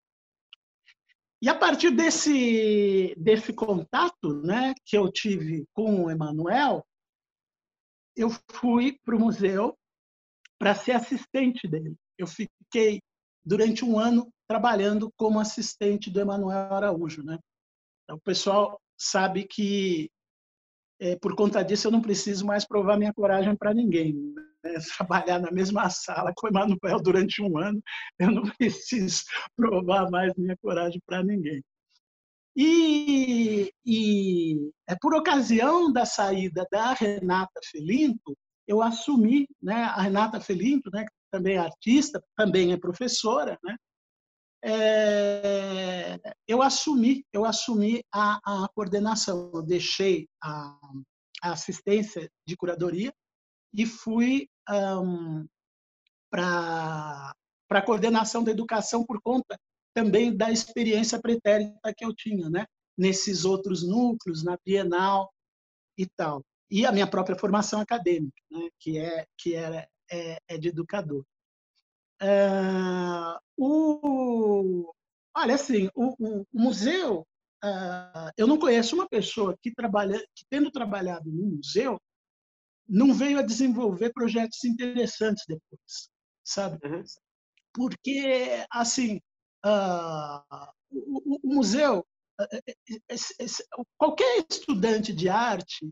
E a partir desse, desse contato, né, que eu tive com o Emanuel, eu fui para o museu para ser assistente dele. Eu fiquei durante um ano trabalhando como assistente do Emanuel Araújo, né? Então, o pessoal sabe que é, por conta disso eu não preciso mais provar minha coragem para ninguém, né? Trabalhar na mesma sala com o Emanuel durante um ano, eu não preciso provar mais minha coragem para ninguém. E, e é por ocasião da saída da Renata Felinto, eu assumi, né, a Renata Felinto, né, que também é artista, também é professora, né, é, eu assumi, eu assumi a, a coordenação, eu deixei a, a assistência de curadoria e fui um, para a coordenação da educação por conta também da experiência pretérita que eu tinha, né? Nesses outros núcleos, na Bienal e tal. E a minha própria formação acadêmica, né? que, é, que é, é, é de educador. Uh, o, olha, assim, o, o, o museu, uh, eu não conheço uma pessoa que, trabalha, que, tendo trabalhado no museu, não veio a desenvolver projetos interessantes depois, sabe? Uhum. Porque, assim, uh, o, o, museu, uh, qualquer estudante de arte,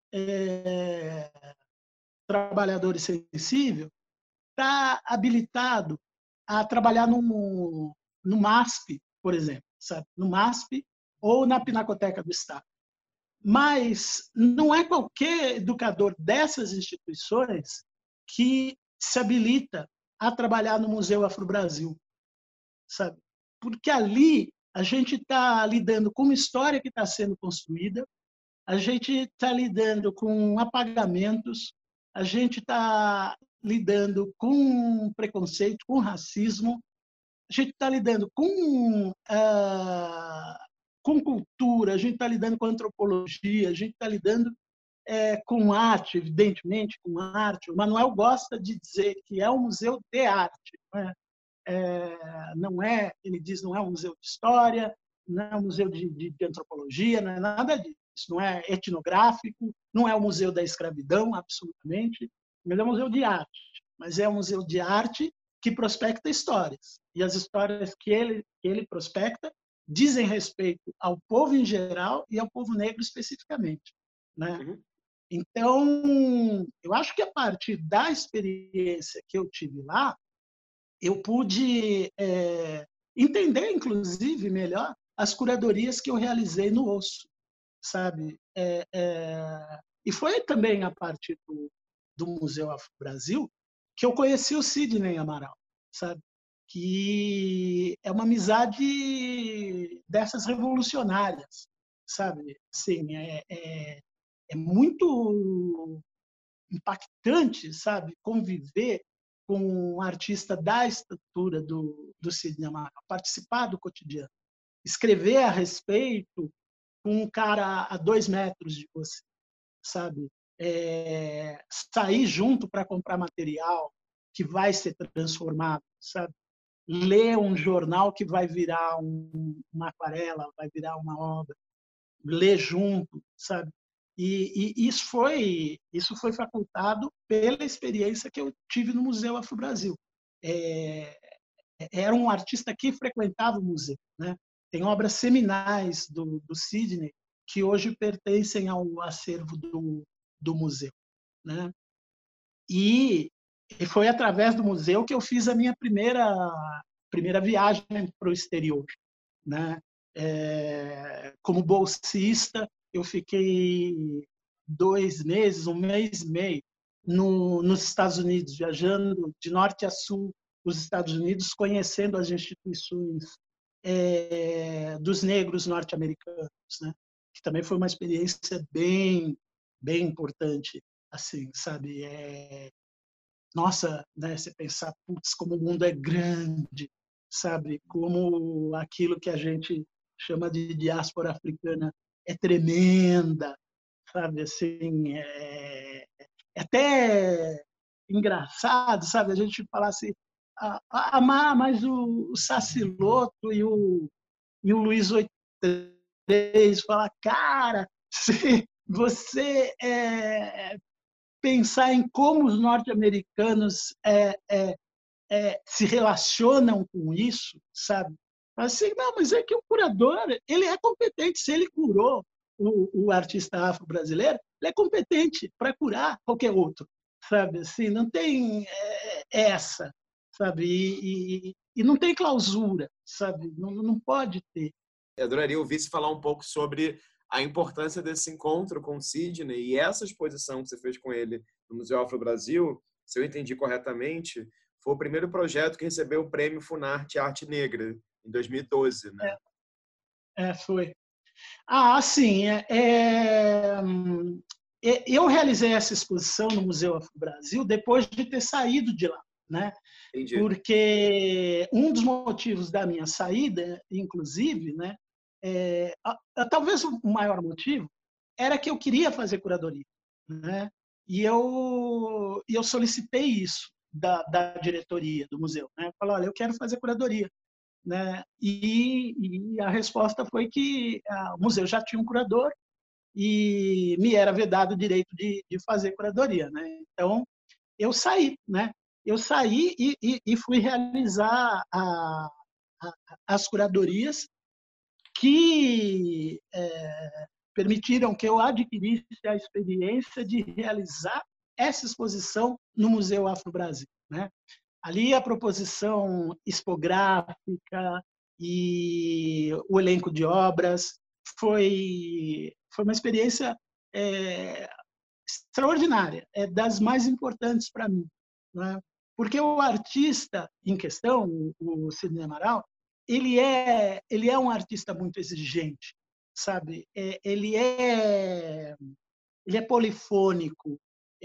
é, trabalhador e sensível, está habilitado a trabalhar no, no MASP, por exemplo, sabe? No MASP ou na Pinacoteca do Estado. Mas não é qualquer educador dessas instituições que se habilita a trabalhar no Museu Afro-Brasil, sabe? Porque ali a gente está lidando com uma história que está sendo construída, a gente está lidando com apagamentos, a gente está lidando com preconceito, com racismo, a gente está lidando com, uh, com cultura, a gente está lidando com antropologia, a gente está lidando é, com arte, evidentemente, com arte. O Manuel gosta de dizer que é um museu de arte. Né? É, não é, ele diz, não é um museu de história, não é um museu de, de, de antropologia, não é nada disso. Não é etnográfico, não é o museu da escravidão, absolutamente, mas é um museu de arte. Mas é um museu de arte que prospecta histórias. E as histórias que ele, que ele prospecta dizem respeito ao povo em geral e ao povo negro especificamente. Né? Uhum. Então, eu acho que a partir da experiência que eu tive lá, eu pude é, entender, inclusive, melhor as curadorias que eu realizei no osso, sabe? É, é, e foi também a partir do, do Museu Afro-Brasil que eu conheci o Sidney Amaral, sabe? Que é uma amizade dessas revolucionárias, sabe? Assim, é, é, é muito impactante, sabe? Conviver com um artista da estatura do, do Sidney Amaral, participar do cotidiano, escrever a respeito com um cara a dois metros de você, sabe? É, sair junto para comprar material que vai ser transformado, sabe? Ler um jornal que vai virar um, uma aquarela, vai virar uma obra, ler junto, sabe? E, e isso foi isso foi facultado pela experiência que eu tive no Museu Afro-Brasil. É, era um artista que frequentava o museu, né? Tem obras seminais do, do Sidney que hoje pertencem ao acervo do, do museu, né? E, e foi através do museu que eu fiz a minha primeira primeira viagem para o exterior, né? É, como bolsista, eu fiquei dois meses, um mês e meio, no, nos Estados Unidos, viajando de norte a sul dos Estados Unidos, conhecendo as instituições é, dos negros norte-americanos, né? Que também foi uma experiência bem, bem importante, assim, sabe? É, nossa, né? Você pensar, putz, como o mundo é grande, sabe? Como aquilo que a gente chama de diáspora africana é tremenda, sabe? Assim, é, é até engraçado, sabe? A gente falar assim, ah, ah, mas o, o Saciloto e o, e o Luiz oitenta e três falar, cara, se você é, pensar em como os norte-americanos é, é, é, se relacionam com isso, sabe? Assim, não, mas é que o curador, ele é competente. Se ele curou o, o artista afro-brasileiro, ele é competente para curar qualquer outro, sabe? Assim, não tem é, essa, sabe? E, e, e não tem clausura, sabe? Não, não pode ter. Eu adoraria ouvir você falar um pouco sobre a importância desse encontro com o Sidney e essa exposição que você fez com ele no Museu Afro-Brasil, se eu entendi corretamente, foi o primeiro projeto que recebeu o prêmio Funarte Arte Negra, em dois mil e doze, né? É, é foi. Ah, sim. É, é, eu realizei essa exposição no Museu Afro-Brasil depois de ter saído de lá, né? Entendi. Porque um dos motivos da minha saída, inclusive, né, é, a, a, talvez o maior motivo era que eu queria fazer curadoria, né? E eu, eu solicitei isso da, da diretoria do museu, né? Falei, olha, eu quero fazer curadoria, né? E, e a resposta foi que a, o museu já tinha um curador e me era vedado o direito de, de fazer curadoria, né? Então eu saí, né? Eu saí e, e, e fui realizar a, a, as curadorias que é, permitiram que eu adquirisse a experiência de realizar essa exposição no Museu Afro-Brasil, né? Ali a proposição expográfica e o elenco de obras foi foi uma experiência é, extraordinária, é das mais importantes para mim, né? Porque o artista em questão, o Sidney Amaral, ele é ele é um artista muito exigente, sabe? É, ele é ele é polifônico,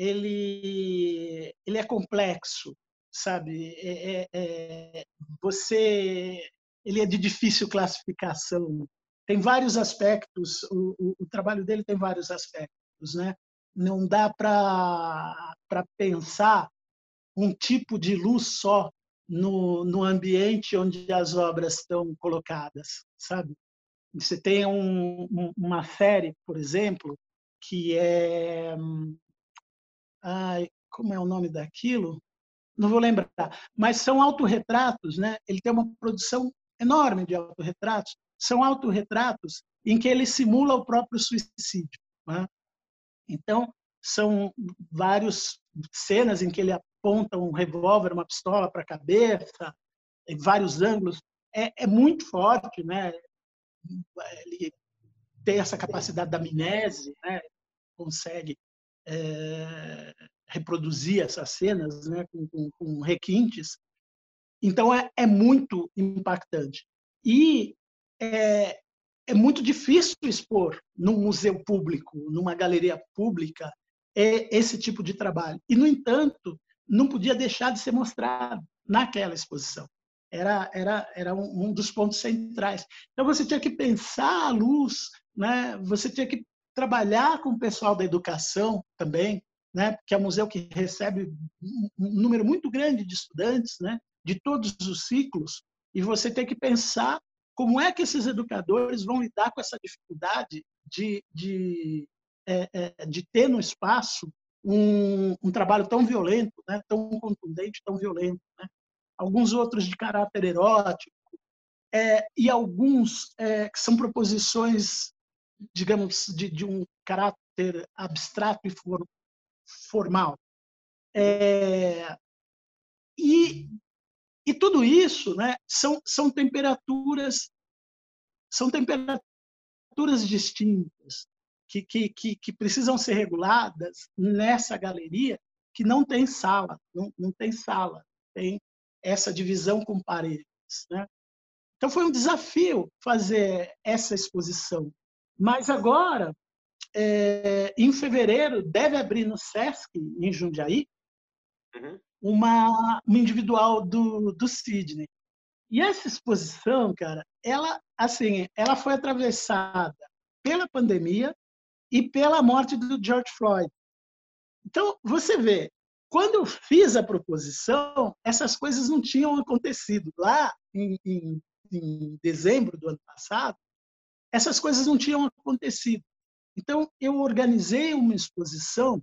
ele ele é complexo, sabe? É, é, é, você ele é de difícil classificação. Tem vários aspectos. O, o, o trabalho dele tem vários aspectos, né? Não dá para para pensar um tipo de luz só no, no ambiente onde as obras estão colocadas, sabe? Você tem um, um, uma série, por exemplo, que é... Ai, como é o nome daquilo? Não vou lembrar. Mas são autorretratos, né? Ele tem uma produção enorme de autorretratos. São autorretratos em que ele simula o próprio suicídio, né? Então, são várias cenas em que ele aponta um revólver, uma pistola para a cabeça, em vários ângulos. É, é muito forte, né? Ele tem essa capacidade da amnésia, né? Consegue é, reproduzir essas cenas, né? com, com, com requintes. Então, é, é muito impactante. E é, é muito difícil expor num museu público, numa galeria pública, esse tipo de trabalho. E, no entanto, não podia deixar de ser mostrado naquela exposição. Era, era, era um dos pontos centrais. Então, você tinha que pensar a luz, né? Você tinha que trabalhar com o pessoal da educação também, né? Que é um museu que recebe um número muito grande de estudantes, né? De todos os ciclos, e você tem que pensar como é que esses educadores vão lidar com essa dificuldade de, de, é, é, de ter no espaço um, um trabalho tão violento, né? Tão contundente, tão violento, né? Alguns outros de caráter erótico, é, e alguns é, que são proposições, digamos, de, de um caráter abstrato e for, formal. É, e E tudo isso, né, são, são temperaturas são temperaturas distintas que, que, que, que precisam ser reguladas nessa galeria que não tem sala, não, não tem sala, tem essa divisão com paredes, né? Então foi um desafio fazer essa exposição. Mas agora, é, em fevereiro, deve abrir no Sesc, em Jundiaí, Uhum. uma, uma individual do, do Sidney. E essa exposição, cara, ela, assim, ela foi atravessada pela pandemia e pela morte do George Floyd. Então, você vê, quando eu fiz a proposição, essas coisas não tinham acontecido. Lá em, em, em dezembro do ano passado, essas coisas não tinham acontecido. Então, eu organizei uma exposição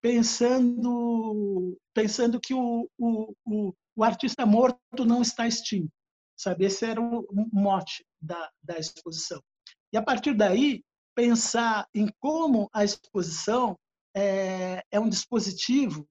pensando, pensando que o, o, o, o artista morto não está extinto. Sabe? Esse era o mote da, da exposição. E, a partir daí, pensar em como a exposição é, é um dispositivo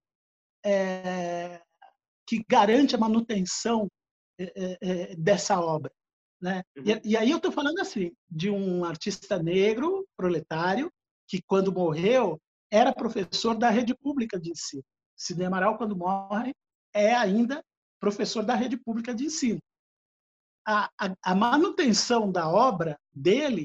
é, que garante a manutenção é, é, dessa obra, né? Uhum. E, e aí eu estou falando assim, de um artista negro, proletário, que quando morreu era professor da rede pública de ensino. Sidney Amaral, quando morre, é ainda professor da rede pública de ensino. A, a, a manutenção da obra dele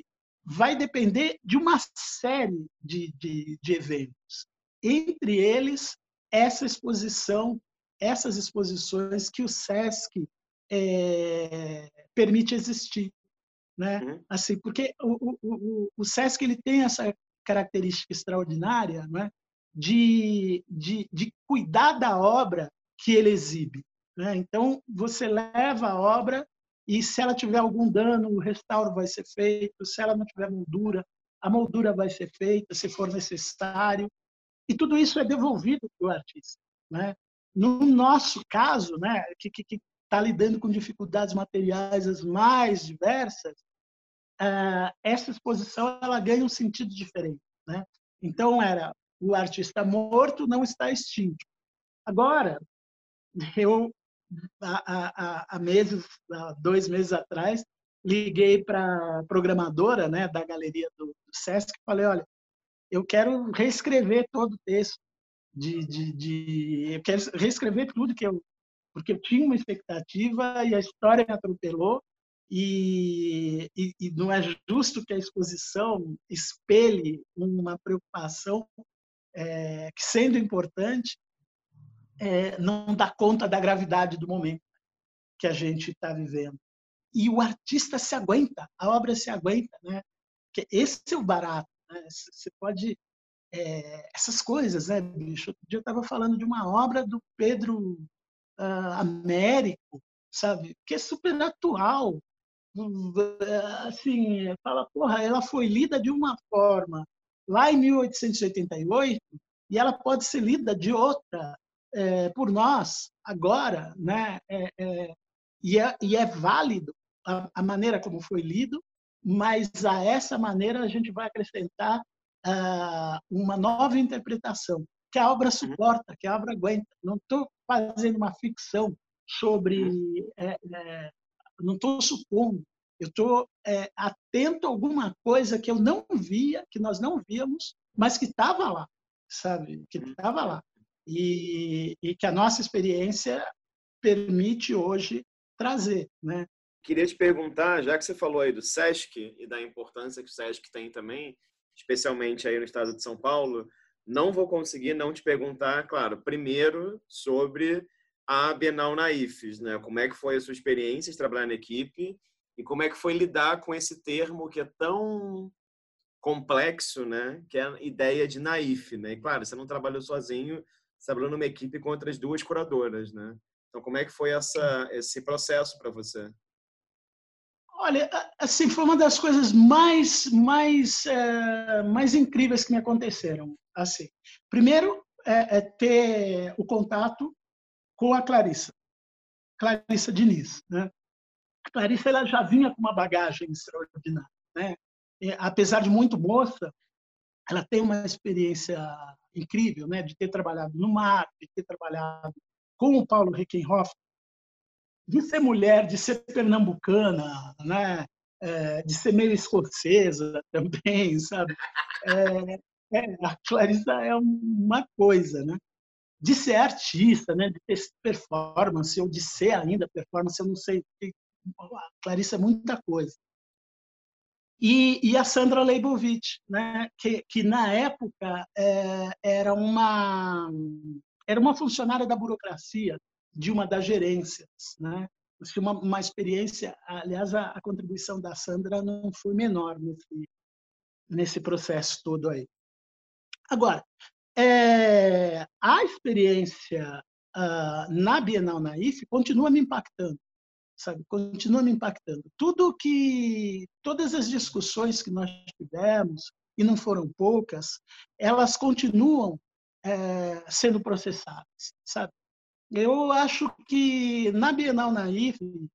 vai depender de uma série de, de, de eventos. Entre eles, essa exposição, essas exposições que o SESC é, permite existir, né? Uhum. Assim, porque o, o, o, o SESC ele tem essa característica extraordinária, né? de, de, de cuidar da obra que ele exibe, né? Então, você leva a obra e, se ela tiver algum dano, o restauro vai ser feito. Se ela não tiver moldura, a moldura vai ser feita, se for necessário. E tudo isso é devolvido para o artista, né? No nosso caso, né, que está lidando com dificuldades materiais as mais diversas, uh, essa exposição ela ganha um sentido diferente, né? Então, era o artista morto não está extinto. Agora, eu, há, há, há meses, há dois meses atrás, liguei para a programadora, né, da galeria do, do SESC e falei, olha, eu quero reescrever todo o texto, de, de, de, eu quero reescrever tudo que eu, porque eu tinha uma expectativa e a história me atropelou, e, e, e não é justo que a exposição espelhe uma preocupação é, que, sendo importante, é, não dá conta da gravidade do momento que a gente está vivendo. E o artista se aguenta, a obra se aguenta, né? Porque esse é o barato, né? Você pode é, essas coisas, né, bicho? Outro dia eu estava falando de uma obra do Pedro uh, Américo, sabe? Que é super atual. Assim, fala, porra, ela foi lida de uma forma lá em mil oitocentos e oitenta e oito e ela pode ser lida de outra é, por nós agora, né? É, é, e, é, e é válido a, a maneira como foi lido, mas a essa maneira a gente vai acrescentar uh, uma nova interpretação que a obra suporta, que a obra aguenta. Não estou fazendo uma ficção sobre é, é, não estou supondo, eu estou é, atento a alguma coisa que eu não via, que nós não víamos, mas que estava lá, sabe? Que estava lá. E, e que a nossa experiência permite hoje trazer, né? Queria te perguntar, já que você falou aí do SESC e da importância que o SESC tem também, especialmente aí no estado de São Paulo, não vou conseguir não te perguntar, claro, primeiro sobre a Bienal na I F E S, né? Como é que foi a sua experiência de trabalhar na equipe e como é que foi lidar com esse termo que é tão complexo, né? Que é a ideia de naif, né? E claro, você não trabalhou sozinho, você trabalhou numa equipe com outras duas curadoras, né? Então, como é que foi essa, esse processo para você? Olha, assim, foi uma das coisas mais, mais, é, mais incríveis que me aconteceram. Assim, primeiro, é, é ter o contato com a Clarissa, Clarissa Diniz, né? A Clarissa ela já vinha com uma bagagem extraordinária, né? E, apesar de muito moça, ela tem uma experiência incrível, né? De ter trabalhado no mar, de ter trabalhado com o Paulo Reckenhoff, de ser mulher, de ser pernambucana, né? É, de ser meio escocesa também, sabe? É, é, a Clarissa é uma coisa, né? De ser artista, né? De ter performance, ou de ser ainda performance, eu não sei. A Clarissa é muita coisa. E, e a Sandra Leibovitch, né? que, que na época é, era, uma, era uma funcionária da burocracia de uma das gerências, né? Uma, uma experiência, aliás, a, a contribuição da Sandra não foi menor nesse, nesse processo todo aí. Agora, é, a experiência uh, na Bienal na I F E continua me impactando, sabe? Continua me impactando. Tudo que, todas as discussões que nós tivemos, e não foram poucas, elas continuam é, sendo processadas, sabe? Eu acho que na Bienal na I F E,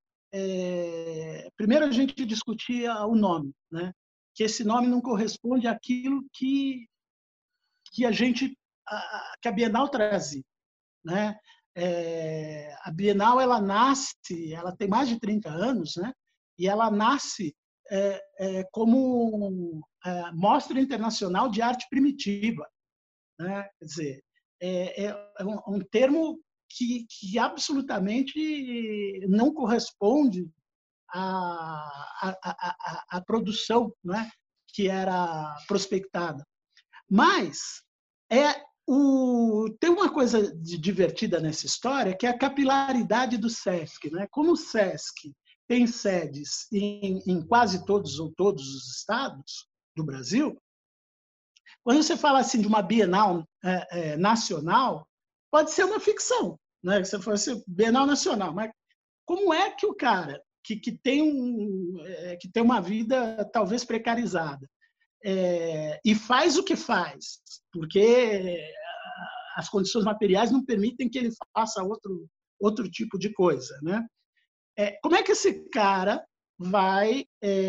é, primeiro a gente discutia o nome, né? Que esse nome não corresponde àquilo que que a gente a, que a Bienal trazia, né? É, a Bienal ela nasce, ela tem mais de trinta anos, né? E ela nasce é, é, como é, mostra internacional de arte primitiva, né? Quer dizer, é, é um, um termo que, que absolutamente não corresponde à, à, à, à produção, né? que era prospectada. Mas é o, tem uma coisa de, divertida nessa história, que é a capilaridade do SESC, né? Como o SESC tem sedes em, em quase todos ou todos os estados do Brasil, quando você fala assim de uma Bienal é, é, nacional, pode ser uma ficção, né? Se fosse Bienal nacional, mas como é que o cara que, que, tem, um, é, que tem uma vida talvez precarizada é, e faz o que faz, porque as condições materiais não permitem que ele faça outro, outro tipo de coisa, né? É, como é que esse cara vai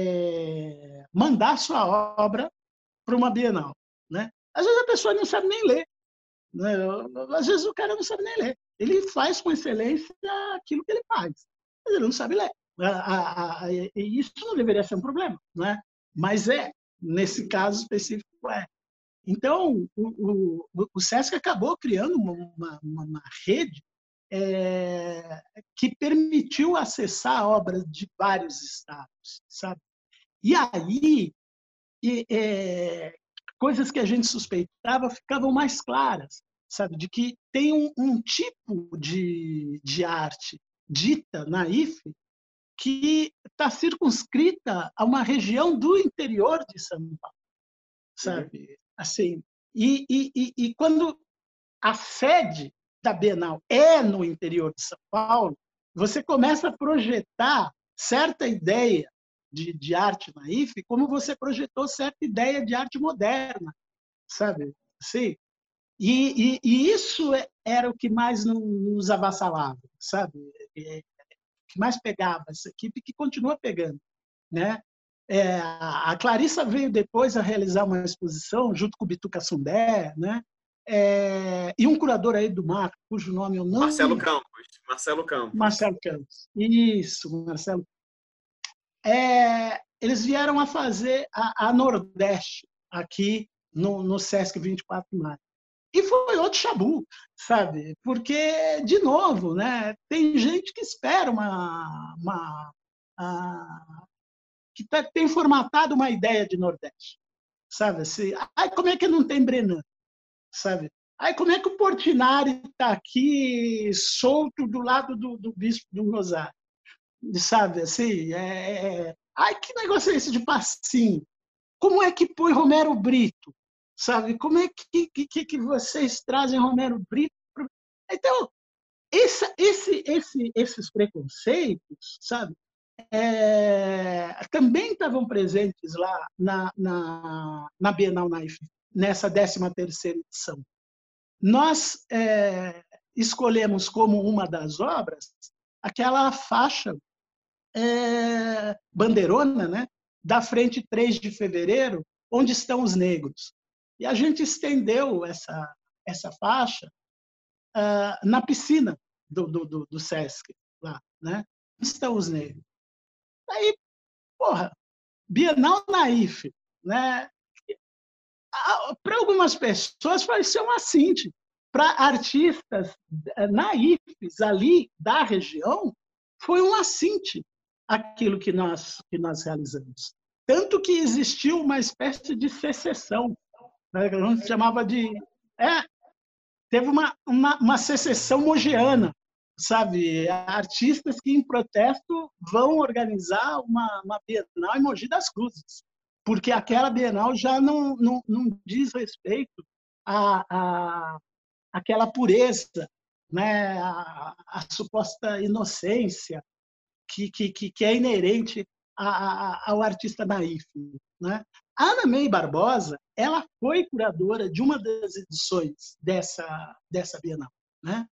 é, mandar sua obra para uma Bienal, né? Às vezes a pessoa não sabe nem ler, né? Às vezes o cara não sabe nem ler. Ele faz com excelência aquilo que ele faz, mas ele não sabe ler. A, a, a, e isso não deveria ser um problema, né? Mas é, nesse caso específico é. Então, o, o, o SESC acabou criando uma, uma, uma rede é, que permitiu acessar obras de vários estados, sabe? E aí, e, é, coisas que a gente suspeitava ficavam mais claras, sabe? De que tem um, um tipo de, de arte dita na I F E que está circunscrita a uma região do interior de São Paulo, sabe? Uhum. Assim, e, e, e quando a sede da Bienal é no interior de São Paulo, você começa a projetar certa ideia de, de arte na I F E como você projetou certa ideia de arte moderna, sabe? Assim, e, e, e isso era o que mais nos avassalava, sabe? É, que mais pegava essa equipe, que continua pegando, né? É, a Clarissa veio depois a realizar uma exposição junto com o Bituca Sundé, né? É, e um curador aí do mar, cujo nome eu não... Marcelo Campos. Marcelo Campos. Marcelo Campos. Isso, Marcelo. É, eles vieram a fazer a, a Nordeste aqui no, no Sesc vinte e quatro de maio. E foi outro chabu, sabe? Porque, de novo, né, tem gente que espera uma... uma a, que tá, tem formatado uma ideia de Nordeste, sabe? Assim, ai, como é que não tem Brenan, sabe? Ai, como é que o Portinari está aqui solto do lado do, do bispo do Rosário, sabe? Assim, é, é... ai, que negócio é esse de passinho? Como é que põe Romero Brito, sabe? Como é que, que, que vocês trazem Romero Brito? Então, esse, esse, esse, esses preconceitos, sabe? É, também estavam presentes lá na, na, na Bienal na I F E, nessa décima terceira edição. Nós é, escolhemos como uma das obras aquela faixa é, bandeirona, né, da frente três de fevereiro, onde estão os negros. E a gente estendeu essa, essa faixa uh, na piscina do, do, do, do Sesc, lá, né? Onde estão os negros. Aí, porra, Bienal na I F E, né? Para algumas pessoas vai ser um assinte. Para artistas na I F E S ali da região, foi um assinte aquilo que nós, que nós realizamos. Tanto que existiu uma espécie de secessão, né? Que a gente chamava de... É, teve uma, uma, uma secessão mogiana, sabe? Artistas que, em protesto, vão organizar uma, uma Bienal em Mogi das Cruzes, porque aquela Bienal já não, não, não diz respeito a, a aquela pureza, né? a, a suposta inocência que, que, que é inerente a, a, ao artista naif. Né? A Ana May Barbosa, ela foi curadora de uma das edições dessa, dessa Bienal. Né?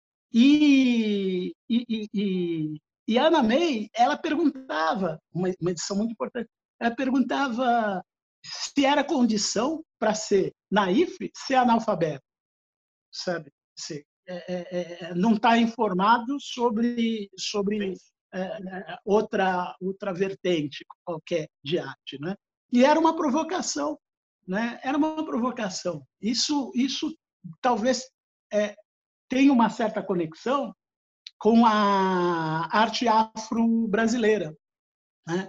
E, e, e, e a Ana May, ela perguntava, uma, uma edição muito importante, ela perguntava se era condição para ser naif, ser analfabeto, sabe? Se, é, é, não está informado sobre, sobre é, outra, outra vertente qualquer de arte. Né? E era uma provocação. Né? Era uma provocação. Isso, isso talvez é, tenha uma certa conexão com a arte afro-brasileira. Né?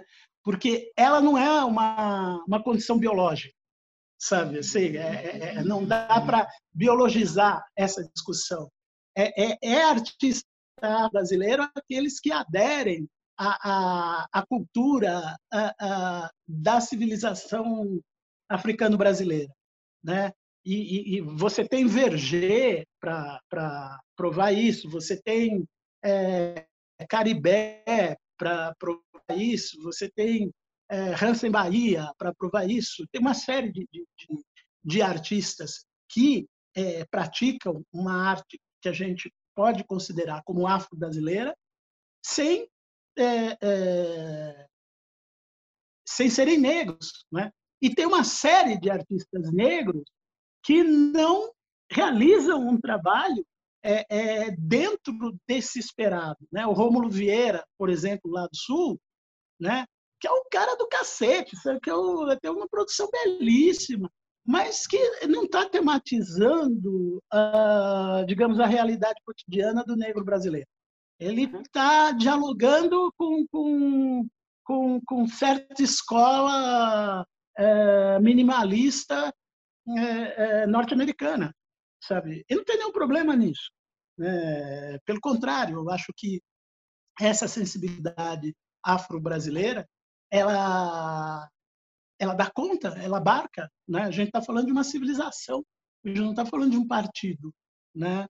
porque ela não é uma, uma condição biológica, sabe? Assim, é, é, não dá para biologizar essa discussão. É, é, é artista brasileiro aqueles que aderem à, à, à cultura à, à, da civilização africano-brasileira, né? E, e, e você tem Verger para provar isso, você tem é, Caribé para provar isso, você tem é, Hansen Bahia para provar isso, tem uma série de, de, de artistas que é, praticam uma arte que a gente pode considerar como afro-brasileira sem, é, é, sem serem negros, né? E tem uma série de artistas negros que não realizam um trabalho é, é, dentro desse esperado, né? O Rômulo Vieira, por exemplo, lá do Sul, né? Que é o cara do cacete, sabe? Que é o, tem uma produção belíssima, mas que não está tematizando, a, digamos, a realidade cotidiana do negro brasileiro. Ele está dialogando com, com, com, com certa escola é, minimalista é, é, norte-americana, sabe? Eu não tenho nenhum problema nisso. É, pelo contrário, eu acho que essa sensibilidade afro-brasileira, ela, ela dá conta, ela abarca, né? A gente está falando de uma civilização, a gente não está falando de um partido, né?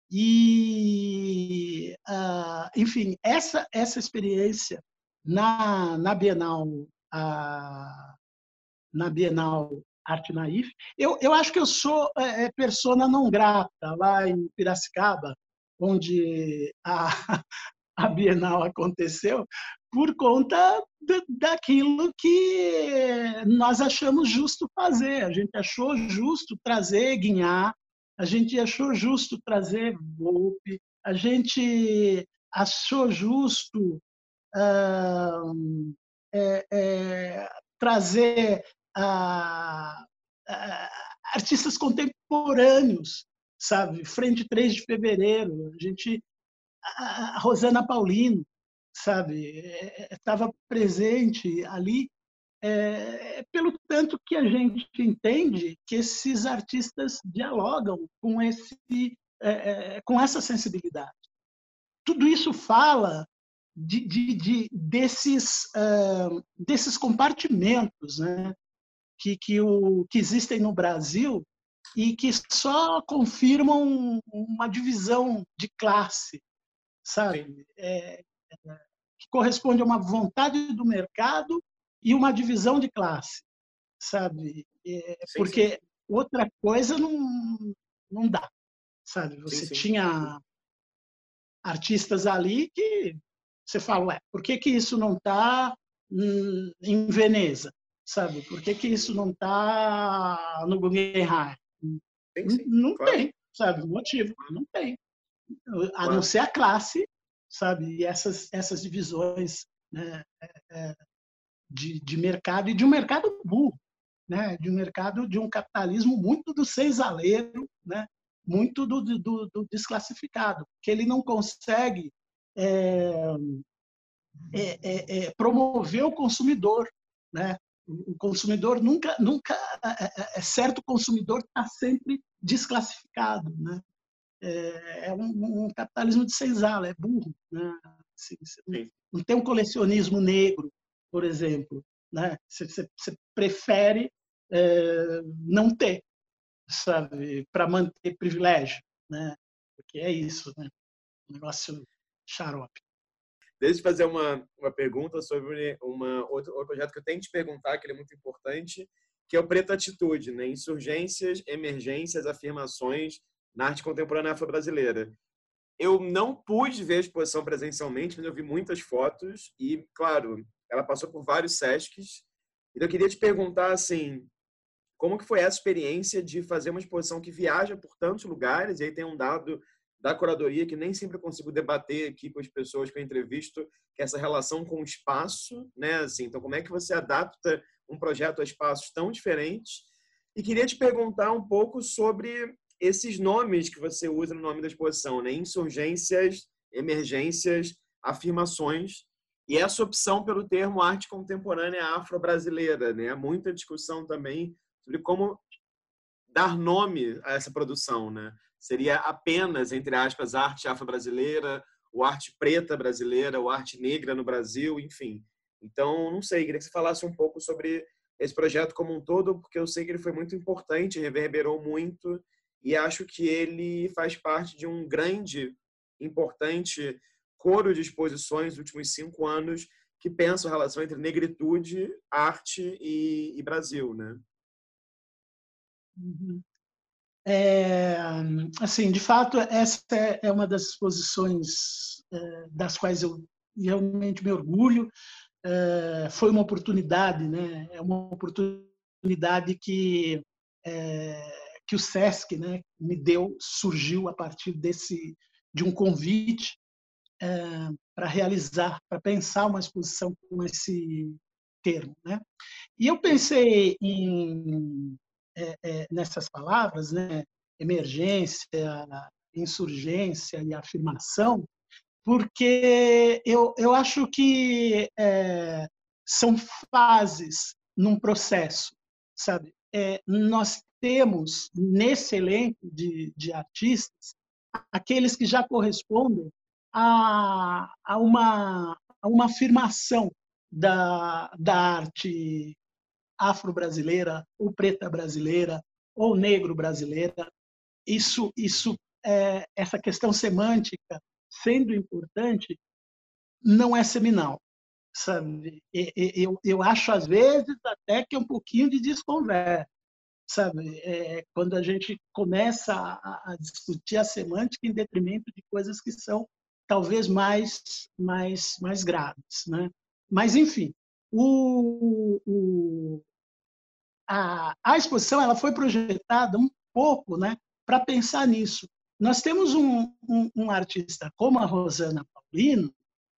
E, uh, enfim, essa essa experiência na na Bienal uh, na Bienal Arte Naif, eu eu acho que eu sou é, persona não grata lá em Piracicaba, onde a a Bienal aconteceu, por conta daquilo que nós achamos justo fazer. A gente achou justo trazer Guiñá, a gente achou justo trazer Volpe, a gente achou justo uh, é, é, trazer uh, uh, artistas contemporâneos, sabe? Frente três de fevereiro, a gente a Rosana Paulino, sabe, estava presente ali, é, pelo tanto que a gente entende que esses artistas dialogam com esse, é, com essa sensibilidade. Tudo isso fala de, de, de desses, uh, desses compartimentos, né, que, que, o, que existem no Brasil e que só confirmam uma divisão de classe, sabe? É, é, que corresponde a uma vontade do mercado e uma divisão de classe, sabe? É, sim, porque sim. Outra coisa não, não dá, sabe? Você sim, sim. tinha artistas ali que você fala, ué, por que, que isso não está em Veneza, sabe? Por que, que isso não está no Guggenheim? Sim, sim, não claro. Tem, sabe? Motivo, não tem. A claro. Não ser a classe, sabe? E essas, essas divisões, né, é, de, de mercado, e de um mercado burro, né? De um mercado, de um capitalismo muito do senzaleiro, né? Muito do, do, do desclassificado, que ele não consegue é, é, é, é, promover o consumidor, né? O consumidor nunca, nunca é certo, o consumidor está sempre desclassificado, né? É um, um capitalismo de senzala, é burro, né? Assim, não, não tem um colecionismo negro, por exemplo, né? Você, você, você prefere é, não ter, sabe, para manter privilégio, né? Porque é isso, né? Um negócio xarope. Deixa eu fazer uma, uma pergunta sobre uma, outro, outro projeto que eu tenho que te perguntar, que ele é muito importante, que é o Preto Atitude, né? Insurgências, emergências, afirmações na arte contemporânea afro-brasileira. Eu não pude ver a exposição presencialmente, mas eu vi muitas fotos e, claro, ela passou por vários Sescs. Então, eu queria te perguntar, assim, como que foi essa experiência de fazer uma exposição que viaja por tantos lugares, e aí tem um dado da curadoria que nem sempre eu consigo debater aqui com as pessoas que eu entrevisto, que é essa relação com o espaço, né? Assim, então, como é que você adapta um projeto a espaços tão diferentes? E queria te perguntar um pouco sobre esses nomes que você usa no nome da exposição, né? Insurgências, emergências, afirmações. E essa opção pelo termo arte contemporânea afro-brasileira, né? Muita discussão também sobre como dar nome a essa produção, né? Seria apenas, entre aspas, arte afro-brasileira, ou arte preta brasileira, ou arte negra no Brasil, enfim. Então, não sei, queria que você falasse um pouco sobre esse projeto como um todo, porque eu sei que ele foi muito importante, reverberou muito, e acho que ele faz parte de um grande, importante coro de exposições nos últimos cinco anos que pensam a relação entre negritude, arte e, e Brasil, né? Uhum. É, assim, de fato, essa é uma das exposições é, das quais eu realmente me orgulho. É, foi uma oportunidade, né? É uma oportunidade que é, que o Sesc, né, me deu, surgiu a partir desse de um convite é, para realizar, para pensar uma exposição com esse termo, né? E eu pensei em, é, é, nessas palavras, né? Emergência, insurgência e afirmação, porque eu, eu acho que é, são fases num processo, sabe? É, nós temos nesse elenco de, de artistas aqueles que já correspondem a, a, uma, a uma afirmação da, da arte afro-brasileira, ou preta brasileira, ou negro brasileira. Isso, isso é, essa questão semântica, sendo importante, não é seminal, sabe? Eu, eu acho, às vezes, até que é um pouquinho de desconversa, sabe? É, quando a gente começa a, a discutir a semântica em detrimento de coisas que são talvez mais, mais, mais graves, né? Mas, enfim, o, o, a, a exposição ela foi projetada um pouco, né, para pensar nisso. Nós temos um, um, um artista como a Rosana Paulino,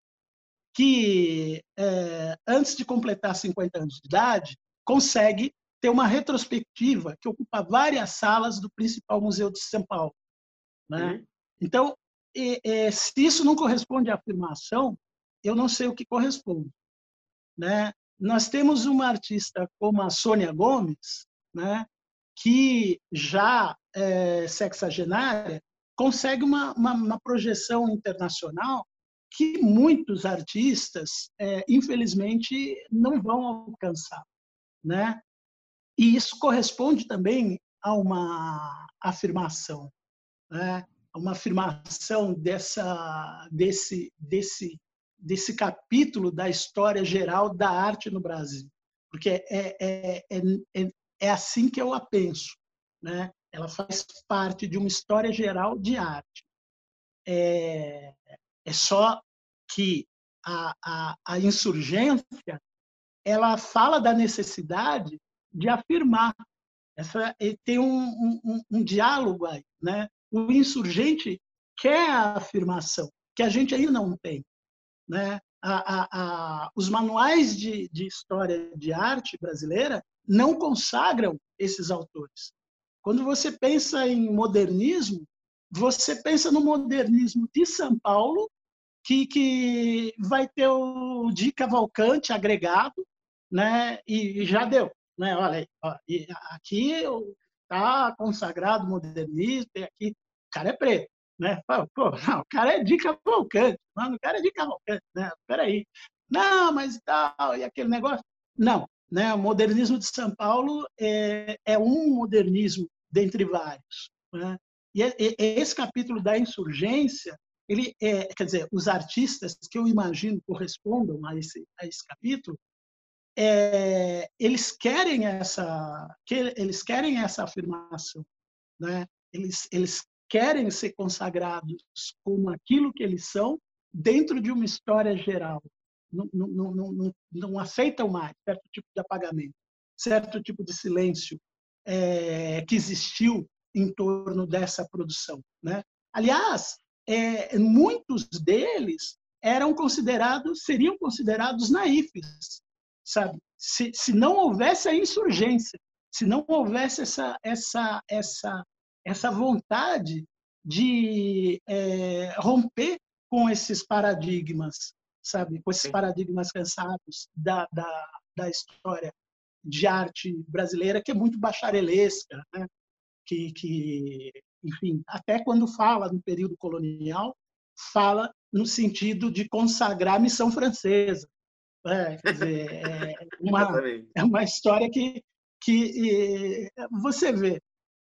que, é, antes de completar cinquenta anos de idade, consegue ter uma retrospectiva que ocupa várias salas do principal museu de São Paulo, né? Uhum. Então, e, e, se isso não corresponde à afirmação, eu não sei o que corresponde, né? Nós temos uma artista como a Sônia Gomes, né, que já é sexagenária, consegue uma, uma, uma projeção internacional que muitos artistas, é, infelizmente, não vão alcançar, né? E isso corresponde também a uma afirmação, né? Uma afirmação dessa, desse, desse, desse capítulo da história geral da arte no Brasil, porque é, é, é, é, é assim que eu a penso, né? Ela faz parte de uma história geral de arte. É, é só que a, a, a insurgência ela fala da necessidade de afirmar. Essa, tem um, um, um diálogo aí, né? O insurgente quer a afirmação, que a gente ainda não tem, né? A, a, a, os manuais de, de história de arte brasileira não consagram esses autores. Quando você pensa em modernismo, você pensa no modernismo de São Paulo, que, que vai ter o Di Cavalcanti agregado, né? E já deu, né? Olha aí, ó, e aqui está consagrado o modernismo, e aqui o cara é preto, né? Pô, não, o cara é Di Cavalcanti, mano, o cara é Di Cavalcanti, né? Peraí, não, mas tal, e aquele negócio, não, né? O modernismo de São Paulo é, é um modernismo dentre vários, né? E esse capítulo da insurgência ele é, quer dizer, os artistas que eu imagino correspondam a esse, a esse capítulo, é, eles querem essa, que, eles querem essa afirmação, né? Eles, eles querem ser consagrados como aquilo que eles são dentro de uma história geral. Não, não, não, não, não aceitam mais certo tipo de apagamento, certo tipo de silêncio é, que existiu em torno dessa produção, né? Aliás, é, muitos deles eram considerados, seriam considerados naifes, sabe? Se, se não houvesse a insurgência, se não houvesse essa essa essa essa vontade de é, romper com esses paradigmas sabe? Com esses Sim. paradigmas cansados da, da, da história de arte brasileira, que é muito bacharelesca, né? Que, que, enfim, até quando fala no período colonial, fala no sentido de consagrar a missão francesa. É, quer dizer, é uma, Exatamente. é uma história que, que você vê.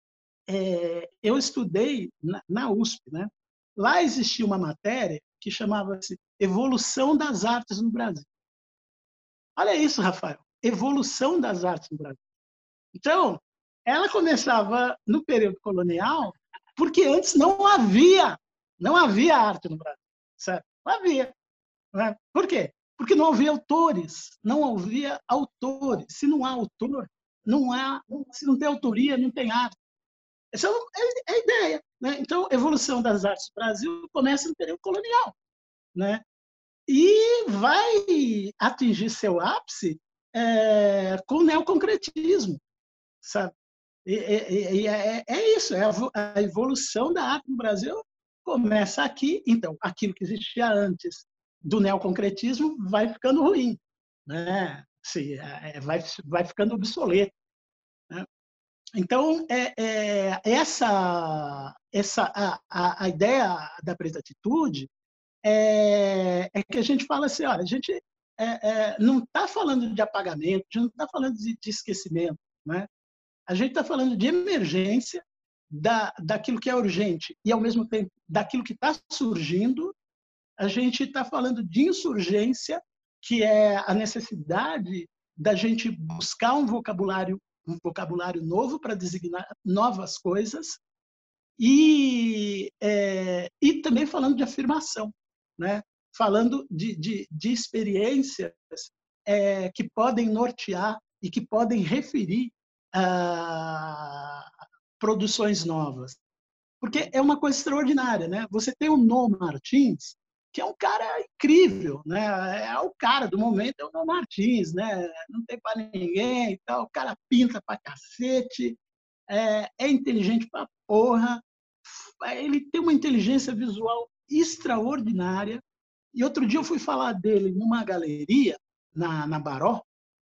É, eu estudei na, na U S P, né? Lá existia uma matéria que chamava-se Evolução das Artes no Brasil. Olha isso, Rafael, evolução das artes no Brasil. Então, ela começava no período colonial, porque antes não havia, não havia arte no Brasil, certo? Não havia. Né? Por quê? Porque não havia autores, não havia autores. Se não há autor, não há, se não tem autoria, não tem arte. Essa é a ideia. Né? Então, a evolução das artes no Brasil começa no período colonial. Né? E vai atingir seu ápice é, com o neoconcretismo. Sabe? E, e, e é, é isso, é a evolução da arte no Brasil começa aqui. Então, aquilo que existia antes do neoconcretismo vai ficando ruim, né? Sim, é, vai, vai ficando obsoleto. Né? Então, é, é, essa, essa a, a, a ideia da Preta Atitude é, é que a gente fala assim, olha, a gente é, é, não está falando de apagamento, a gente não está falando de, de esquecimento, né? A gente está falando de emergência da, daquilo que é urgente e, ao mesmo tempo, daquilo que está surgindo. A gente está falando de insurgência, que é a necessidade da gente buscar um vocabulário, um vocabulário novo para designar novas coisas e, é, e também falando de afirmação, né? Falando de, de, de experiências é, que podem nortear e que podem referir a produções novas. Porque é uma coisa extraordinária, né? Você tem o Nó Martins, que é um cara incrível, né? É o cara do momento, é o Nó Martins, né? Não tem para ninguém e tal. O cara pinta pra cacete, é, é inteligente pra porra, ele tem uma inteligência visual extraordinária. E outro dia eu fui falar dele numa galeria, na, na Baró,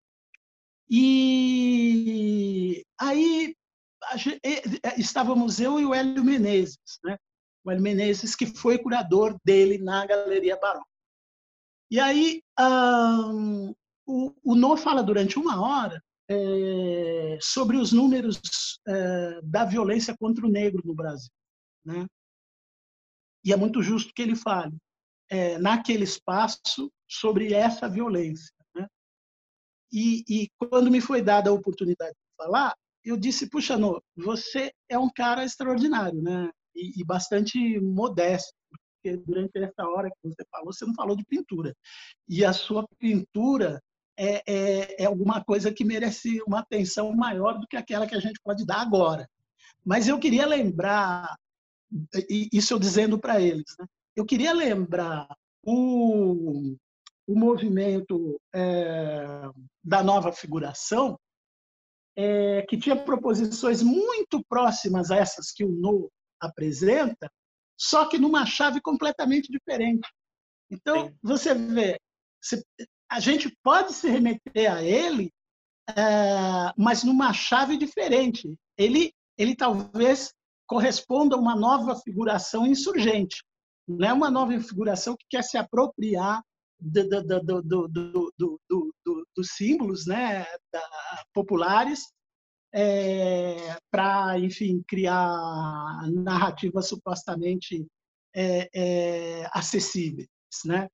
e aí estávamos eu e o Hélio Menezes, né? O Hélio Menezes, que foi curador dele na Galeria Baró. E aí um, o, o Nó fala durante uma hora é, sobre os números é, da violência contra o negro no Brasil. Né? E é muito justo que ele fale é, naquele espaço sobre essa violência. Né? E, e quando me foi dada a oportunidade de falar, eu disse, puxa, Nó, você é um cara extraordinário, né? E, e bastante modesto, porque durante essa hora que você falou, você não falou de pintura. E a sua pintura é, é, é alguma coisa que merece uma atenção maior do que aquela que a gente pode dar agora. Mas eu queria lembrar, e isso eu dizendo para eles, né? Eu queria lembrar o, o movimento é, da nova figuração, é, que tinha proposições muito próximas a essas que o Nó apresenta, só que numa chave completamente diferente. Então, Sim. você vê, a gente pode se remeter a ele, é, mas numa chave diferente. Ele, ele talvez corresponda a uma nova figuração insurgente, não é uma nova figuração que quer se apropriar do, do, do, do, do, do, do, dos símbolos, né, da, populares, é, para, enfim, criar narrativas supostamente é, é, acessíveis, né?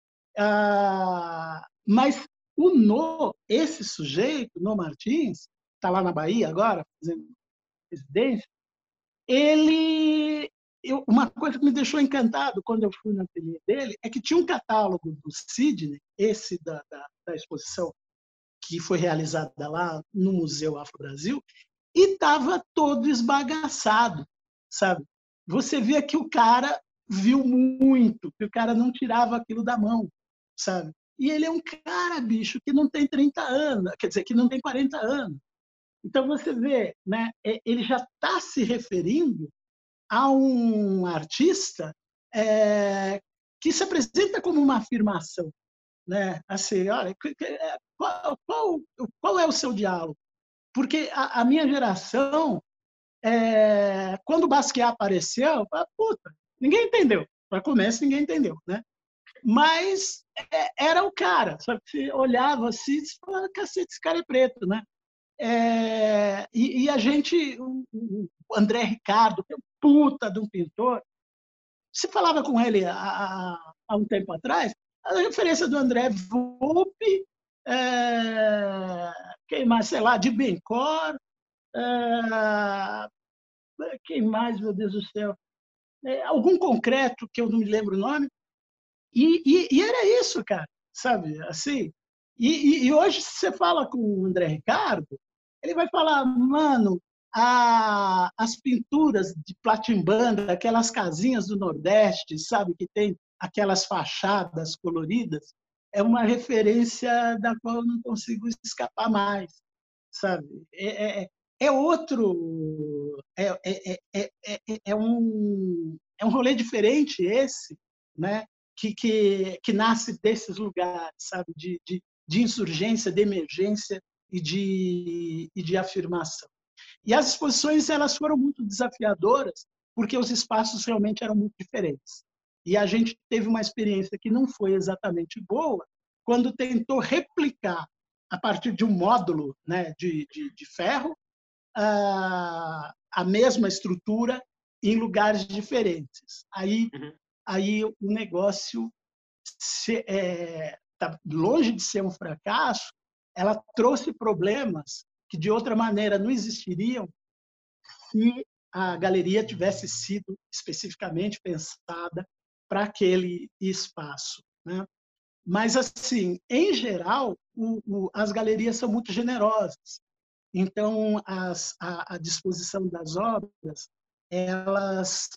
Ah, mas o Nó, esse sujeito, Nó Martins, está lá na Bahia agora, fazendo residência, ele... Eu, uma coisa que me deixou encantado quando eu fui na ateliê dele é que tinha um catálogo do Sidney, esse da, da, da exposição que foi realizada lá no Museu Afro-Brasil, e estava todo esbagaçado, sabe? Você via que o cara viu muito, que o cara não tirava aquilo da mão, sabe? E ele é um cara, bicho, que não tem trinta anos, quer dizer, que não tem quarenta anos. Então você vê, né? Ele já está se referindo a um artista é, que se apresenta como uma afirmação, né? Assim, olha, qual, qual, qual é o seu diálogo? Porque a, a minha geração, é, quando o Basquiat apareceu, ah, puta, ninguém entendeu. Para começo, ninguém entendeu, né? Mas é, era o cara, sabe? Você olhava assim e falava, cacete, esse cara é preto, né? É, e, e a gente, o, o André Ricardo, que é um puta de um pintor, se falava com ele há, há um tempo atrás, a referência do André Volpe, é, quem mais, sei lá, de Bencor, é, quem mais, meu Deus do céu, é, algum concreto que eu não me lembro o nome, e, e, e era isso, cara, sabe, assim, e, e, e hoje você fala com o André Ricardo, ele vai falar, mano, a, as pinturas de platimbanda, aquelas casinhas do Nordeste, sabe, que tem aquelas fachadas coloridas, é uma referência da qual eu não consigo escapar mais, sabe? É, é, é outro, é, é, é, é, é, um, é um rolê diferente esse, né? Que, que, que nasce desses lugares, sabe? De, de, de insurgência, de emergência e de, e de afirmação. E as exposições elas foram muito desafiadoras, porque os espaços realmente eram muito diferentes. E a gente teve uma experiência que não foi exatamente boa, quando tentou replicar, a partir de um módulo, né, de, de, de ferro, a, a mesma estrutura em lugares diferentes. Aí, uhum. aí o negócio se, é, tá longe de ser um fracasso, ela trouxe problemas que de outra maneira não existiriam se a galeria tivesse sido especificamente pensada para aquele espaço, né? Mas, assim, em geral, o, o, as galerias são muito generosas. Então, as, a, a disposição das obras, elas,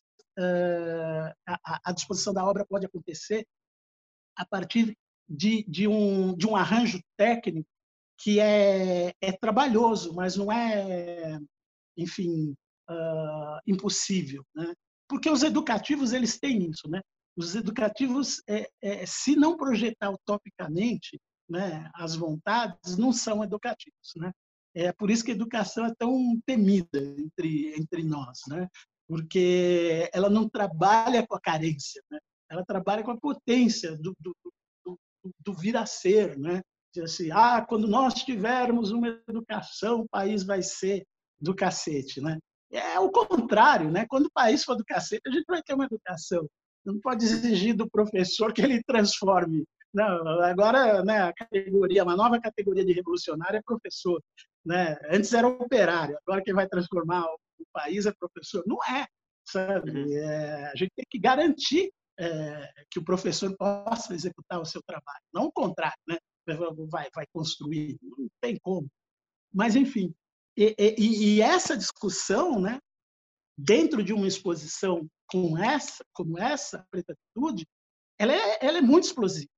uh, a, a disposição da obra pode acontecer a partir de, de, um, de um arranjo técnico que é, é trabalhoso, mas não é, enfim, uh, impossível, né? Porque os educativos eles têm isso, né? Os educativos, é, é, se não projetar utopicamente, né, as vontades, não são educativos, né? É por isso que a educação é tão temida entre entre nós, né? Porque ela não trabalha com a carência, né? Ela trabalha com a potência do, do, do, do vir a ser, né? Assim, ah, quando nós tivermos uma educação, o país vai ser do cacete, né? É o contrário, né? Quando o país for do cacete, a gente vai ter uma educação. Não pode exigir do professor que ele transforme. Não, agora, né, a categoria, uma nova categoria de revolucionário é professor, né? Antes era operário, agora quem vai transformar o país é professor. Não é, sabe? É, a gente tem que garantir é, que o professor possa executar o seu trabalho, não o contrário, né? Vai, vai construir, não tem como. Mas, enfim, e, e, e essa discussão, né, dentro de uma exposição com essa, como essa, Preta Atitude, ela é, ela é muito explosiva.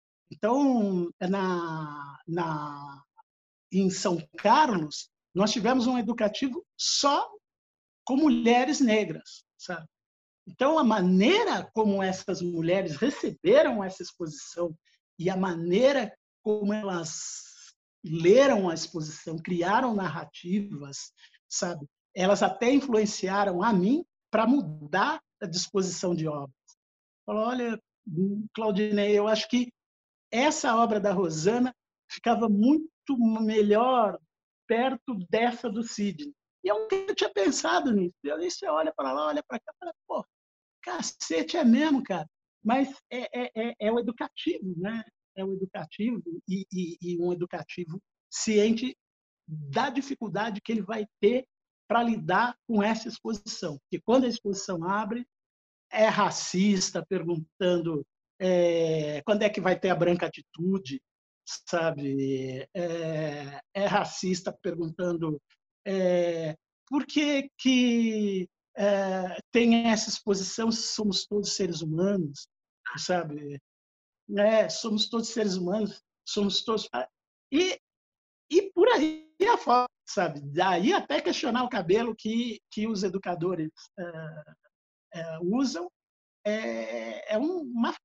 Então, na, na, em São Carlos, nós tivemos um educativo só com mulheres negras, sabe? Então, a maneira como essas mulheres receberam essa exposição e a maneira como elas leram a exposição, criaram narrativas, sabe? Elas até influenciaram a mim para mudar a disposição de obras. Falou, olha, Claudinei, eu acho que essa obra da Rosana ficava muito melhor perto dessa do Sidney. E eu nunca tinha pensado nisso. E aí você olha para lá, olha para cá, fala, pô, cacete, é mesmo, cara. Mas é, é, é o educativo, né? É o educativo e, e, e um educativo ciente da dificuldade que ele vai ter para lidar com essa exposição. Porque quando a exposição abre, é racista, perguntando é, quando é que vai ter a branca atitude, sabe? É, é racista perguntando é, por que, que é, tem essa exposição se somos todos seres humanos, sabe? É, somos todos seres humanos, somos todos... E, e por aí afora, sabe? Daí até questionar o cabelo que, que os educadores é, é, usam é, é uma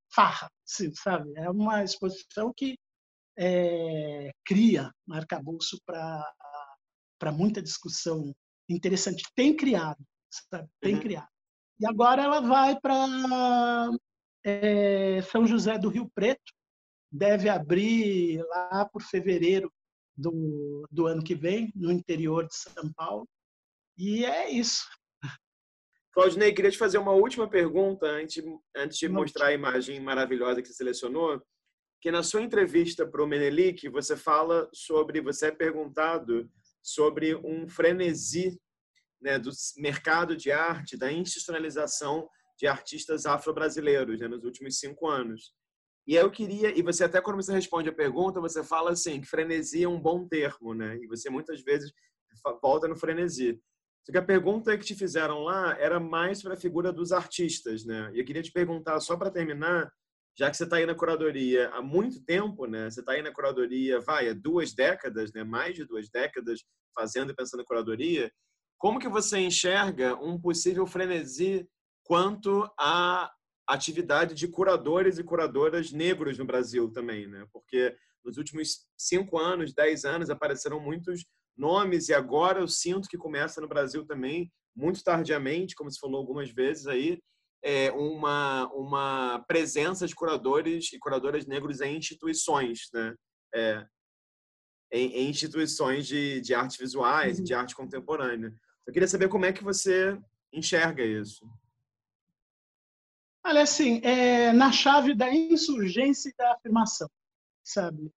farra, sim, sabe? É uma exposição que é, cria um arcabouço para para muita discussão interessante. Tem criado, sabe? Tem Uhum. criado. E agora ela vai para é, São José do Rio Preto, deve abrir lá por fevereiro do, do ano que vem, no interior de São Paulo. E é isso. Claudinei, queria te fazer uma última pergunta antes, antes de mostrar a imagem maravilhosa que você selecionou, que na sua entrevista para o Menelik, você fala sobre, você é perguntado sobre um frenesi, né, do mercado de arte, da institucionalização de artistas afro-brasileiros, né, nos últimos cinco anos. E eu queria, e você até quando você responde a pergunta, você fala assim, que frenesi é um bom termo, né? E você muitas vezes volta no frenesi. Só que a pergunta que te fizeram lá era mais para a figura dos artistas, né? E eu queria te perguntar, só para terminar, já que você está aí na curadoria há muito tempo, né? Você está aí na curadoria, vai, há duas décadas, né? Mais de duas décadas fazendo e pensando em curadoria. Como que você enxerga um possível frenesi quanto à atividade de curadores e curadoras negros no Brasil também, né? Porque nos últimos cinco anos, dez anos, apareceram muitos nomes e agora eu sinto que começa no Brasil também, muito tardiamente, como se falou algumas vezes aí, é uma, uma presença de curadores e curadoras negros em instituições, né? É, em, em instituições de, de artes visuais e de arte contemporânea. Eu queria saber como é que você enxerga isso. Olha, assim, é, na chave da insurgência e da afirmação, sabe?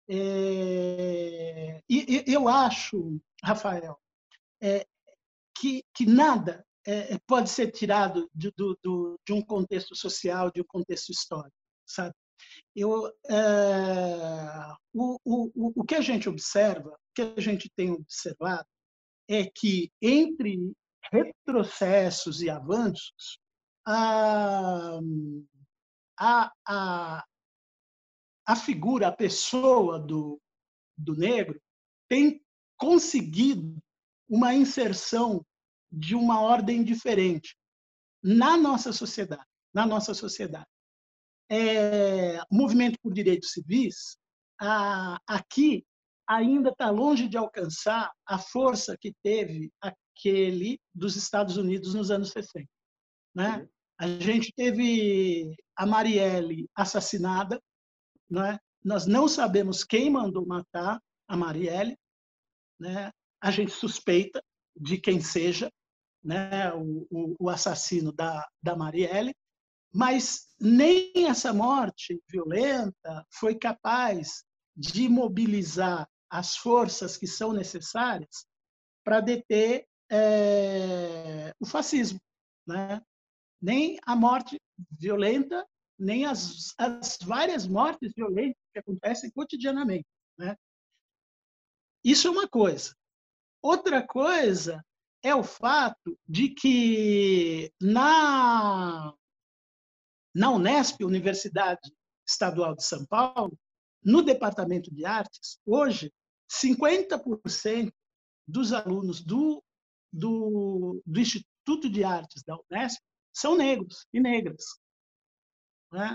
É, e, e eu acho, Rafael, é, que, que nada é, pode ser tirado de, do, do, de um contexto social, de um contexto histórico, sabe? Eu, é, o, o, o que a gente observa, o que a gente tem observado, é que entre retrocessos e avanços, a, a, a, a figura, a pessoa do, do negro tem conseguido uma inserção de uma ordem diferente na nossa sociedade, na nossa sociedade. É, o movimento por direitos civis, a, aqui ainda está longe de alcançar a força que teve aquele dos Estados Unidos nos anos sessenta. Né? Uhum. A gente teve a Marielle assassinada, né? Nós não sabemos quem mandou matar a Marielle, né? A gente suspeita de quem seja, né? o, o, o assassino da, da Marielle, mas nem essa morte violenta foi capaz de mobilizar as forças que são necessárias para deter é, o fascismo, né? Nem a morte violenta, nem as, as várias mortes violentas que acontecem cotidianamente, né? Isso é uma coisa. Outra coisa é o fato de que na, na Unesp, Universidade Estadual de São Paulo, no Departamento de Artes, hoje, cinquenta por cento dos alunos do, do, do Instituto de Artes da Unesp são negros e negras. Né?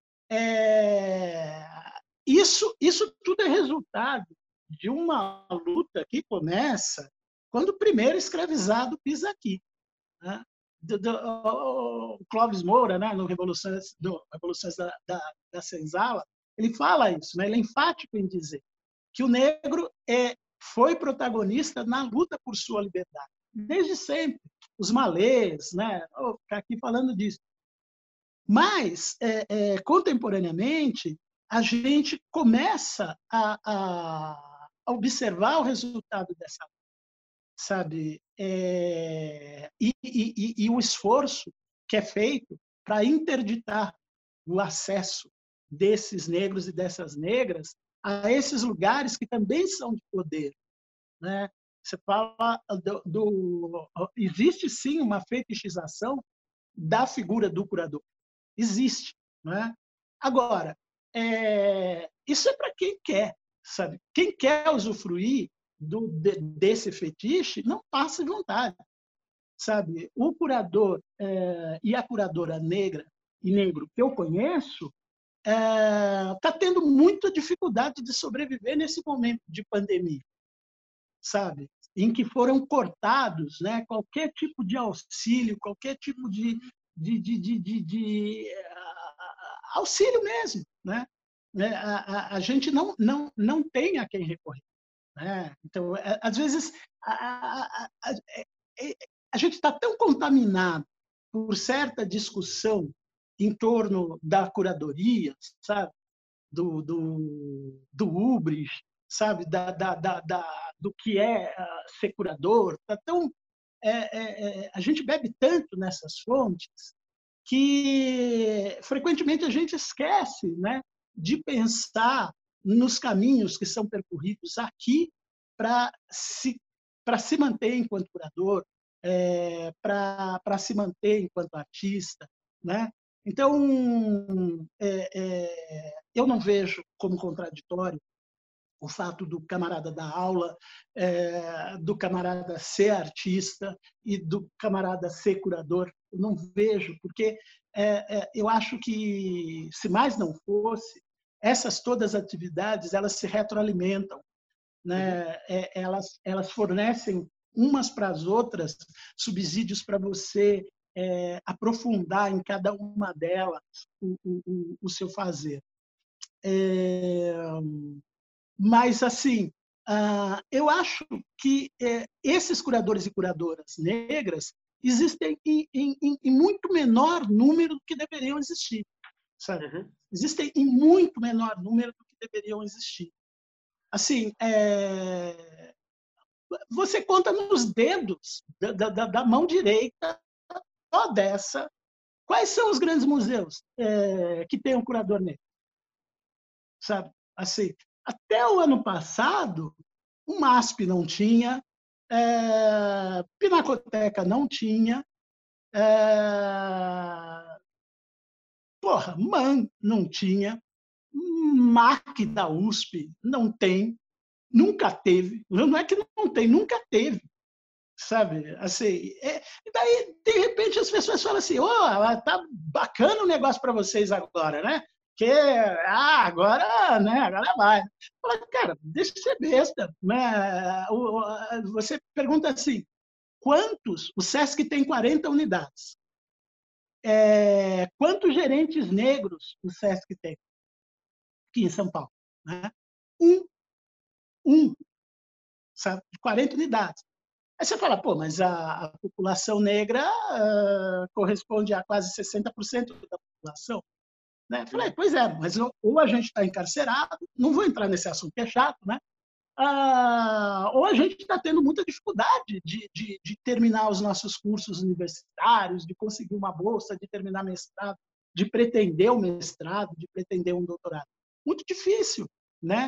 É, isso, isso tudo é resultado de uma luta que começa quando o primeiro escravizado pisa aqui. Né? Do, do, o Clóvis Moura, né, no Revoluções, no Revoluções da, da, da Senzala, ele fala isso, né? Ele é enfático em dizer que o negro é, foi protagonista na luta por sua liberdade, desde sempre. Os malês, né? Vou ficar aqui falando disso. Mas, é, é, contemporaneamente, a gente começa a, a, a observar o resultado dessa, sabe? É, e, e, e o esforço que é feito para interditar o acesso desses negros e dessas negras a esses lugares que também são de poder, né? Você fala do, do existe sim uma fetichização da figura do curador. Existe, né? Agora, é, isso é para quem quer, sabe? Quem quer usufruir do, de, desse fetiche não passa de vontade, sabe? O curador é, e a curadora negra e negro que eu conheço está é, tendo muita dificuldade de sobreviver nesse momento de pandemia, sabe? Em que foram cortados, né, qualquer tipo de auxílio, qualquer tipo de, de, de, de, de, de uh, auxílio mesmo, né? A, a, a gente não, não, não tem a quem recorrer, né? Então, às vezes, a, a, a, a, a gente está tão contaminado por certa discussão em torno da curadoria, sabe? Do, do, do hubris, sabe? Da, da, da, da, do que é ser curador. Tá tão, é, é, a gente bebe tanto nessas fontes que, frequentemente, a gente esquece, né, de pensar nos caminhos que são percorridos aqui para se, para se manter enquanto curador, é, para se manter enquanto artista, né? Então, é, é, eu não vejo como contraditório o fato do camarada dar aula, é, do camarada ser artista e do camarada ser curador. Eu não vejo, porque é, é, eu acho que, se mais não fosse, essas todas as atividades elas se retroalimentam, né? É, elas, elas fornecem umas para as outras subsídios para você é, aprofundar em cada uma delas o, o, o seu fazer. É, mas, assim, eu acho que esses curadores e curadoras negras existem em, em, em muito menor número do que deveriam existir, sabe? Uhum. Existem em muito menor número do que deveriam existir. Assim, é... você conta nos dedos da, da, da mão direita só dessa. Quais são os grandes museus é, que têm um curador negro? Sabe? Assim, até o ano passado, o MASP não tinha, é, Pinacoteca não tinha, é, porra, MAN não tinha, MAC da U S P não tem, nunca teve, não é que não tem, nunca teve, sabe? Assim, é, e daí, de repente, as pessoas falam assim, oh, tá bacana o negócio para vocês agora, né? Que ah, agora, né, agora vai. Fala, cara, deixa de ser besta. Né? Você pergunta assim, quantos? O SESC tem quarenta unidades. É, quantos gerentes negros o SESC tem aqui em São Paulo? Né? Um. Um. Sabe? quarenta unidades. Aí você fala, pô, mas a, a população negra uh, corresponde a quase sessenta por cento da população. Né? Falei, pois é, mas ou a gente está encarcerado, não vou entrar nesse assunto que é chato, né? Ah, ou a gente está tendo muita dificuldade de, de, de terminar os nossos cursos universitários, de conseguir uma bolsa, de terminar mestrado, de pretender o mestrado, de pretender um doutorado. Muito difícil, né?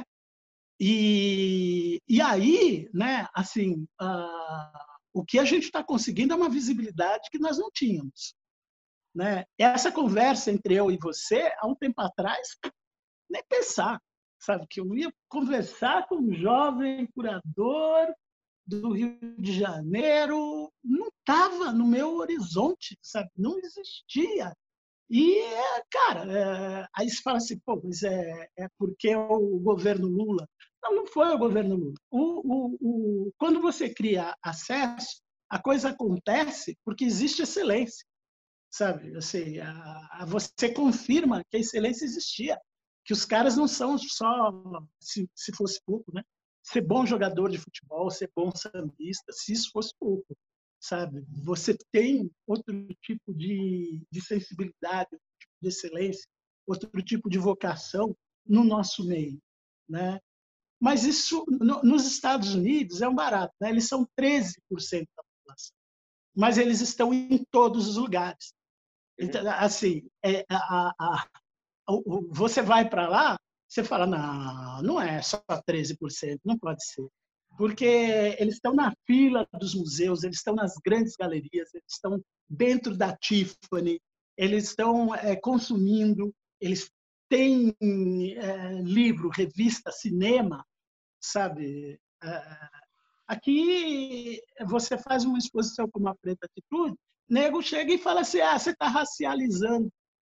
E, e aí, né, assim, ah, o que a gente está conseguindo é uma visibilidade que nós não tínhamos. Né? Essa conversa entre eu e você, há um tempo atrás, nem pensar, sabe? Que eu ia conversar com um jovem curador do Rio de Janeiro, não estava no meu horizonte, sabe? Não existia. E, cara, é, aí se fala assim, pô, mas é, é porque é o governo Lula. Não, não foi o governo Lula. O, o, o, quando você cria acesso, a coisa acontece porque existe excelência. Sabe, assim, a, a você confirma que a excelência existia, que os caras não são só, se, se fosse pouco, né? Ser bom jogador de futebol, ser bom sambista, se isso fosse pouco, sabe? Você tem outro tipo de, de sensibilidade, outro tipo de excelência, outro tipo de vocação no nosso meio, né? Mas isso, no, nos Estados Unidos, é um barato, né? Eles são treze por cento da população, mas eles estão em todos os lugares. Então, assim, é, a, a, a, você vai para lá, você fala, não, não é só treze por cento, não pode ser. Porque eles estão na fila dos museus, eles estão nas grandes galerias, eles estão dentro da Tiffany, eles estão é, consumindo, eles têm é, livro, revista, cinema, sabe? É, aqui você faz uma exposição como a Preta Atitude, nego chega e fala assim, ah, você está racializando.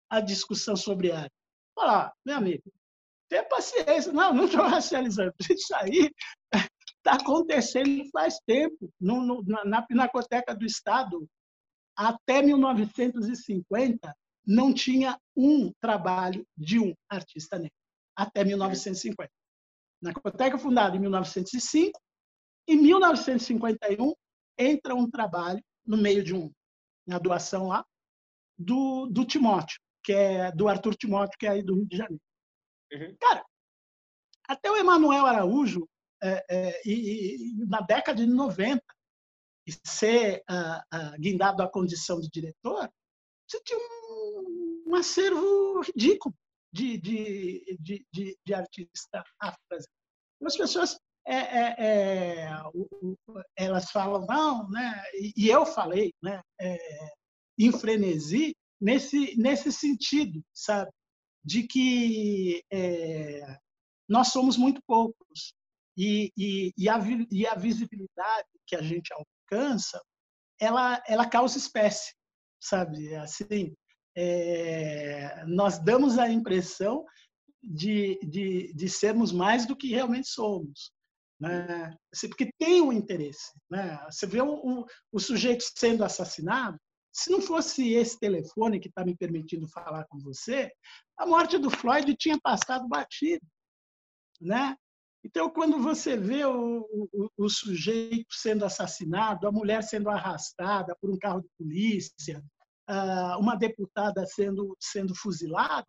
a discussão sobre arte. Falar, meu amigo, tenha paciência. Não, não estou racializando. Isso aí está acontecendo faz tempo. No, no, na Pinacoteca do Estado, até mil novecentos e cinquenta, não tinha um trabalho de um artista negro. Até mil novecentos e cinquenta. Na Pinacoteca, fundada em mil novecentos e cinco, em mil novecentos e cinquenta e um, entra um trabalho no meio de um, uma doação lá, do, do Timóteo, que é do Arthur Timóteo, que é aí do Rio de Janeiro. Uhum. Cara, até o Emanuel Araújo, é, é, e, e, na década de noventa, e ser uh, uh, guindado à condição de diretor, você tinha um, um acervo ridículo de, de, de, de, de artista afro-brasileiro. As pessoas, é, é, é, elas falam, não, né? E, e eu falei, né? É, em frenesi, nesse, nesse sentido, sabe? De que é, nós somos muito poucos. E, e, e, a, e a visibilidade que a gente alcança, ela, ela causa espécie, sabe? Assim, é, nós damos a impressão de, de, de sermos mais do que realmente somos. Né? Assim, porque tem um interesse. Né? Você vê o, o, o sujeito sendo assassinado, se não fosse esse telefone que está me permitindo falar com você, a morte do Floyd tinha passado batido. Né? Então, quando você vê o, o, o sujeito sendo assassinado, a mulher sendo arrastada por um carro de polícia, uma deputada sendo, sendo fuzilada,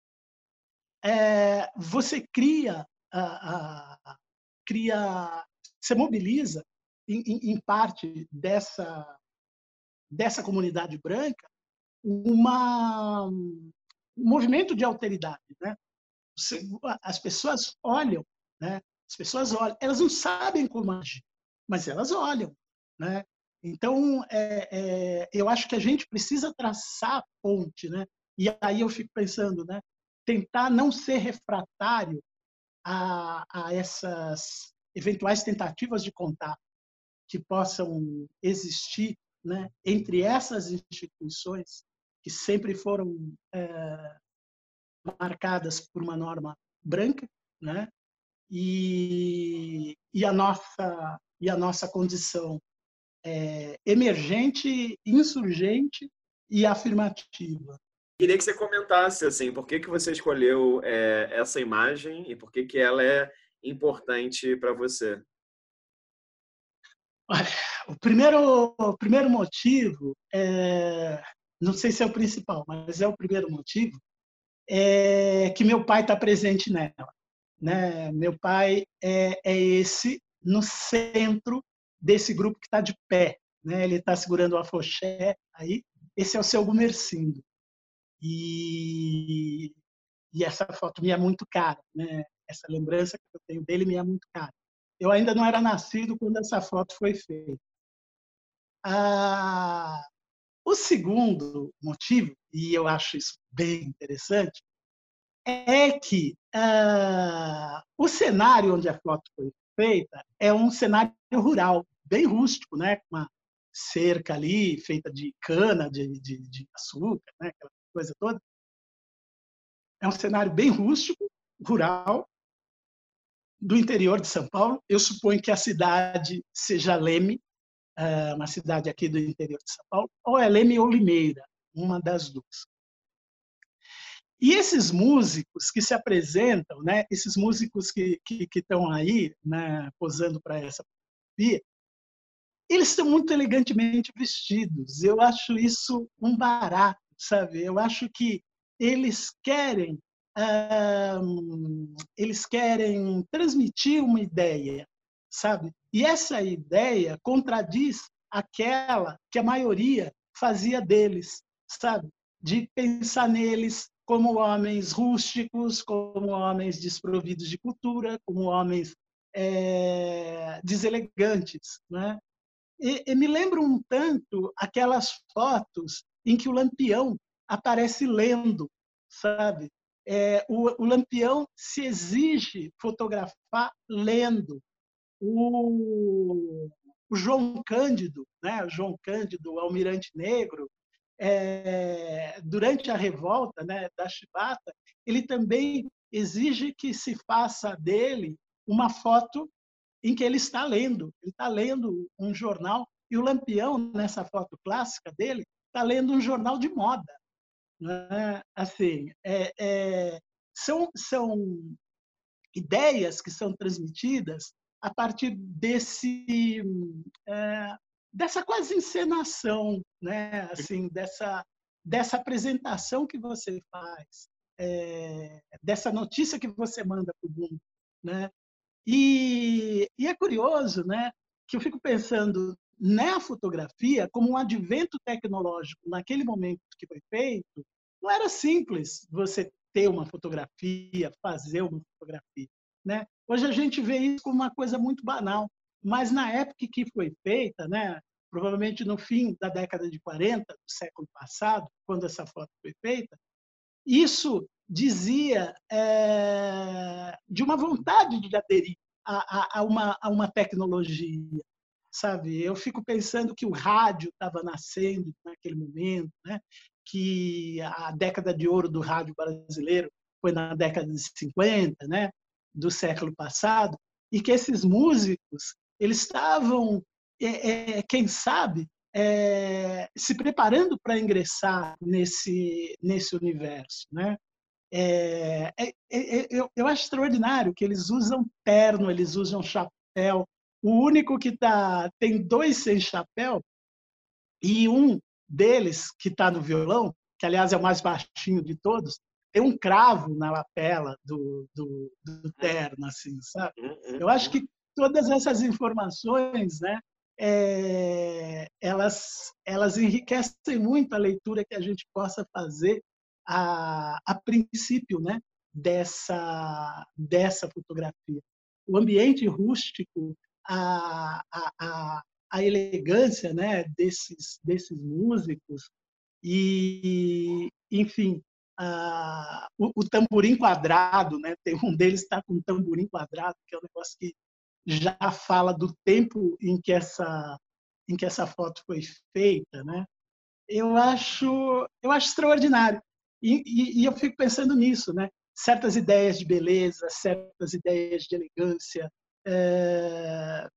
é, você cria, cria, você mobiliza, em, em parte dessa, dessa comunidade branca, uma, um movimento de alteridade. Né? As pessoas olham, né? As pessoas olham, elas não sabem como agir, mas elas olham, né? Então, é, é, eu acho que a gente precisa traçar a ponte, né? E aí eu fico pensando, né? Tentar não ser refratário a, a essas eventuais tentativas de contato que possam existir, né? Entre essas instituições que sempre foram é, marcadas por uma norma branca, né? E, e a nossa e a nossa condição é, emergente, insurgente e afirmativa. Queria que você comentasse assim, por que que você escolheu é, essa imagem e por que que ela é importante para você? Olha, o primeiro o primeiro motivo é, não sei se é o principal, mas é o primeiro motivo, é que meu pai está presente nela. Né? Meu pai é, é esse no centro desse grupo que está de pé. Né? Ele está segurando o afoxé aí. Esse é o seu Gumercindo. E, e essa foto me é muito cara. Né? Essa lembrança que eu tenho dele me é muito cara. Eu ainda não era nascido quando essa foto foi feita. Ah, o segundo motivo, e eu acho isso bem interessante, é que ah, o cenário onde a foto foi feita é um cenário rural, bem rústico, né? Com uma cerca ali feita de cana, de, de, de açúcar, né? Aquela coisa toda. É um cenário bem rústico, rural, do interior de São Paulo. Eu suponho que a cidade seja Leme, uma cidade aqui do interior de São Paulo, ou é Leme ou Limeira, uma das duas. E esses músicos que se apresentam, né, esses músicos que que, que estão aí, né, posando para essa fotografia, eles estão muito elegantemente vestidos. Eu acho isso um barato, sabe? Eu acho que eles querem hum, eles querem transmitir uma ideia, sabe? E essa ideia contradiz aquela que a maioria fazia deles, sabe? De pensar neles como homens rústicos, como homens desprovidos de cultura, como homens é, deselegantes, né? E, e me lembra um tanto aquelas fotos em que o Lampião aparece lendo, sabe? É, o, o Lampião se exige fotografar lendo. O, o João Cândido, né? O João Cândido, o Almirante Negro, é, durante a revolta, né, da chibata, ele também exige que se faça dele uma foto em que ele está lendo. Ele está lendo um jornal, e o Lampião, nessa foto clássica dele, está lendo um jornal de moda. Né? Assim, é, é, são, são ideias que são transmitidas a partir desse, é, dessa quase encenação, né? Assim, dessa, dessa apresentação que você faz, é, dessa notícia que você manda para o mundo. Né? E, e é curioso, né, que eu fico pensando na fotografia como um advento tecnológico naquele momento que foi feito. Não era simples você ter uma fotografia, fazer uma fotografia. Né? Hoje a gente vê isso como uma coisa muito banal, mas na época que foi feita, né, provavelmente no fim da década de quarenta do século passado, quando essa foto foi feita, isso dizia é, de uma vontade de aderir a, a, a, uma, a uma tecnologia, sabe? Eu fico pensando que o rádio estava nascendo naquele momento, né? Que a década de ouro do rádio brasileiro foi na década de cinquenta, né? Do século passado, e que esses músicos eles estavam, é, é, quem sabe, é, se preparando para ingressar nesse nesse universo, né? É, é, é, eu, eu acho extraordinário que eles usam terno, eles usam chapéu. O único que tá tem dois sem chapéu e um deles que está no violão, que aliás é o mais baixinho de todos, tem um cravo na lapela do, do, do terno, assim, sabe? Eu acho que todas essas informações, né, é, elas, elas enriquecem muito a leitura que a gente possa fazer a, a princípio, né, dessa, dessa fotografia. O ambiente rústico, a, a, a, a elegância, né, desses, desses músicos e, enfim, a, o, o tamborim quadrado, né? Tem um deles está com um tamborim quadrado, que é um negócio que já fala do tempo em que essa em que essa foto foi feita, né? Eu acho eu acho extraordinário e, e, e eu fico pensando nisso, né? Certas ideias de beleza, certas ideias de elegância, é,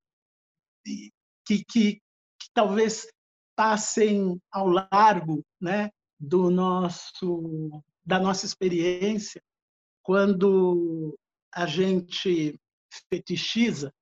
que, que, que talvez passem ao largo, né, do nosso da nossa experiência quando a gente fetichiza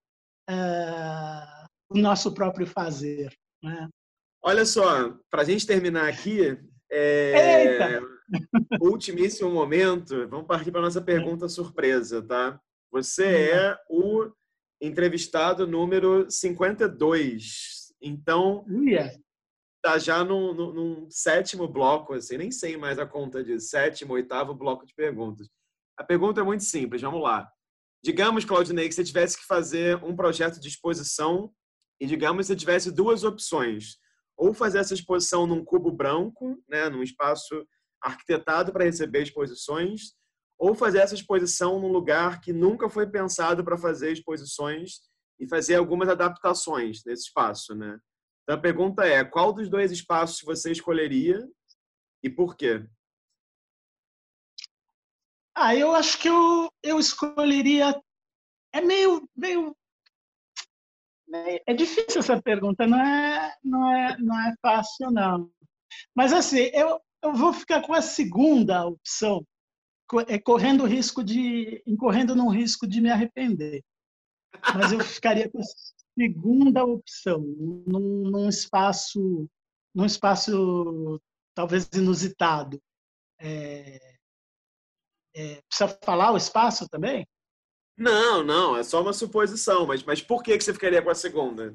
uh, o nosso próprio fazer. Né? Olha só, para a gente terminar aqui, Eita! é... ultimíssimo momento, vamos partir para a nossa pergunta surpresa, tá? Você é o entrevistado número cinquenta e dois, então Uia. tá já no, no, num sétimo bloco, assim, nem sei mais a conta de sétimo, oitavo bloco de perguntas. A pergunta é muito simples, vamos lá. Digamos, Claudinei, que você tivesse que fazer um projeto de exposição e, digamos, você tivesse duas opções. Ou fazer essa exposição num cubo branco, né, num espaço arquitetado para receber exposições, ou fazer essa exposição num lugar que nunca foi pensado para fazer exposições e fazer algumas adaptações nesse espaço, né? Então, a pergunta é, qual dos dois espaços você escolheria e por quê? Ah, eu acho que eu, eu escolheria... É meio, meio... É difícil essa pergunta, não é, não é, não é fácil, não. Mas, assim, eu, eu vou ficar com a segunda opção, correndo risco de, incorrendo num risco de me arrepender. Mas eu ficaria com a segunda opção, num, num espaço, num espaço talvez inusitado. É, é, precisa falar o espaço também? Não, não, é só uma suposição, mas, mas por que que você ficaria com a segunda?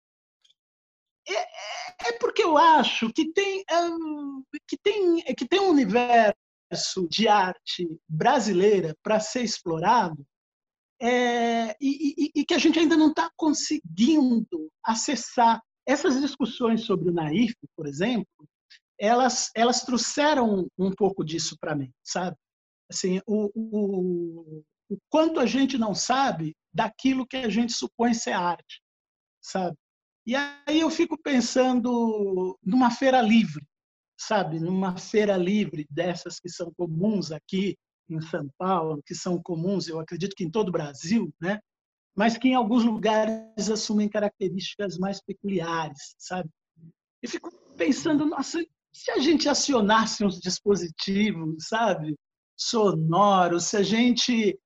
É, é porque eu acho que tem, hum, que tem, que tem um universo de arte brasileira para ser explorado é, e, e, e que a gente ainda não está conseguindo acessar. Essas discussões sobre o Naif, por exemplo, elas, elas trouxeram um pouco disso para mim, sabe? Assim, o, o, o quanto a gente não sabe daquilo que a gente supõe ser arte, sabe? E aí eu fico pensando numa feira livre, sabe, numa feira livre dessas que são comuns aqui em São Paulo, que são comuns, eu acredito que em todo o Brasil, né? Mas que em alguns lugares assumem características mais peculiares, sabe? E fico pensando, nossa, se a gente acionasse uns dispositivos, sabe, sonoros, se a gente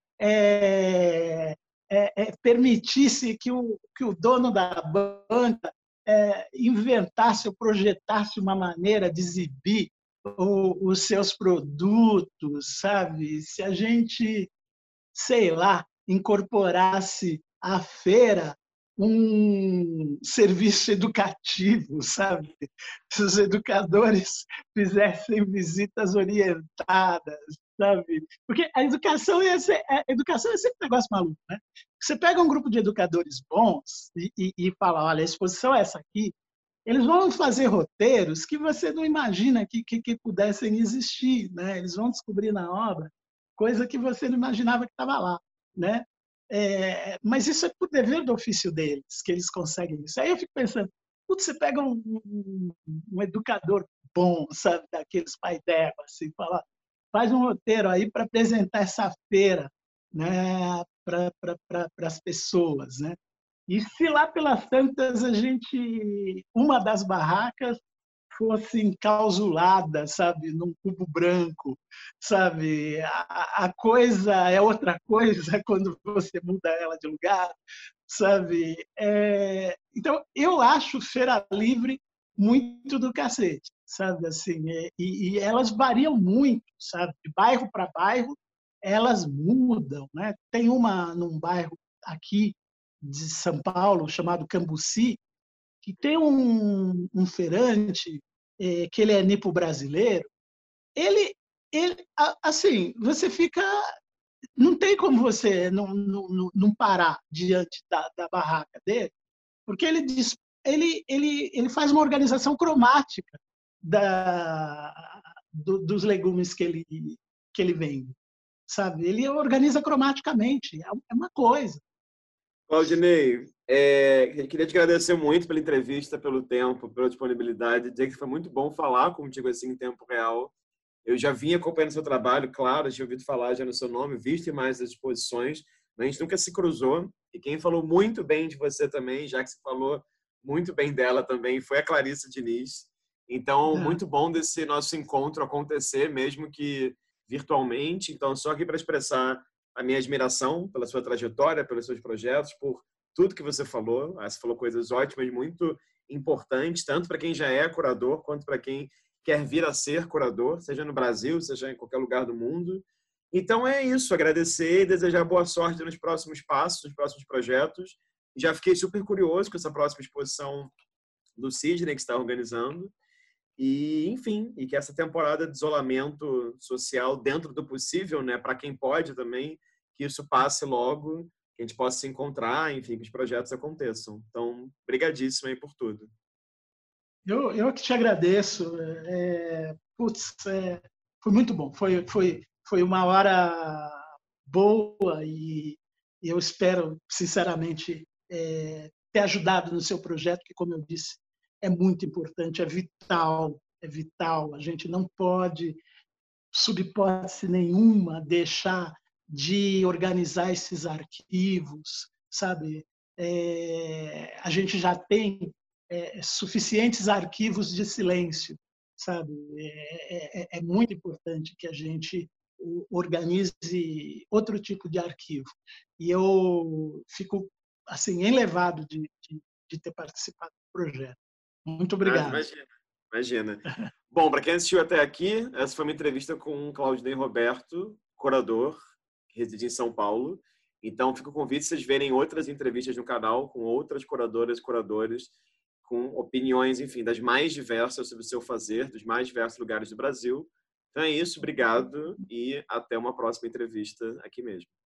é, é, é, permitisse que o, que o dono da banca é, inventasse ou projetasse uma maneira de exibir o, os seus produtos, sabe? Se a gente, sei lá, incorporasse à feira um serviço educativo, sabe? Se os educadores fizessem visitas orientadas, sabe? Porque a educação é, ser, a educação é sempre um negócio maluco, né? Você pega um grupo de educadores bons e, e, e fala, olha, a exposição é essa aqui, eles vão fazer roteiros que você não imagina que, que, que pudessem existir, né? Eles vão descobrir na obra coisa que você não imaginava que estava lá, né? É, mas isso é por dever do ofício deles, que eles conseguem isso. Aí eu fico pensando, putz, você pega um, um, um educador bom, sabe, daqueles pai d'égua, assim, fala, faz um roteiro aí para apresentar essa feira, né, para pra, as pessoas, né? E se lá pelas tantas a gente, uma das barracas fosse encausulada, sabe, num cubo branco, sabe, a, a coisa é outra coisa quando você muda ela de lugar, sabe. É, então, eu acho Feira Livre muito do cacete, sabe, assim, é, e, e elas variam muito, sabe, de bairro para bairro, elas mudam, né? Tem uma num bairro aqui de São Paulo chamado Cambuci, que tem um, um feirante é, que ele é nipo-brasileiro, ele, ele, assim, você fica... Não tem como você não, não, não parar diante da, da barraca dele, porque ele, diz, ele, ele, ele faz uma organização cromática da, do, dos legumes que ele, que ele vende, sabe? Ele organiza cromaticamente, é uma coisa. Claudinei, é, eu queria te agradecer muito pela entrevista, pelo tempo, pela disponibilidade, dizer que foi muito bom falar contigo assim em tempo real. Eu já vinha acompanhando seu trabalho, claro, tinha ouvido falar já no seu nome, visto em mais as exposições, mas a gente nunca se cruzou. E quem falou muito bem de você também, já que você falou muito bem dela também, foi a Clarissa Diniz. Então, muito bom desse nosso encontro acontecer, mesmo que virtualmente. Então, só aqui para expressar a minha admiração pela sua trajetória, pelos seus projetos, por tudo que você falou. Você falou coisas ótimas, muito importantes, tanto para quem já é curador, quanto para quem quer vir a ser curador, seja no Brasil, seja em qualquer lugar do mundo. Então é isso, agradecer e desejar boa sorte nos próximos passos, nos próximos projetos. Já fiquei super curioso com essa próxima exposição do Sidney que está organizando. E, enfim, e que essa temporada de isolamento social, dentro do possível, né, para quem pode também, que isso passe logo, que a gente possa se encontrar, enfim, que os projetos aconteçam. Então, brigadíssimo aí por tudo. Eu, eu que te agradeço. É, putz, é, foi muito bom. Foi, foi, foi uma hora boa e, e eu espero, sinceramente, é, ter ajudado no seu projeto, que, como eu disse, é muito importante, é vital, é vital. A gente não pode, sob hipótese nenhuma, deixar de organizar esses arquivos, sabe? É, a gente já tem é, suficientes arquivos de silêncio, sabe? É, é, é muito importante que a gente organize outro tipo de arquivo. E eu fico assim enlevado de, de, de ter participado do projeto. Muito obrigado. Imagina, imagina. Bom, para quem assistiu até aqui, essa foi uma entrevista com o Claudinei Roberto, curador, que reside em São Paulo. Então, fica o convite vocês verem outras entrevistas no canal com outras curadoras e curadores, com opiniões, enfim, das mais diversas sobre o seu fazer, dos mais diversos lugares do Brasil. Então é isso, obrigado e até uma próxima entrevista aqui mesmo.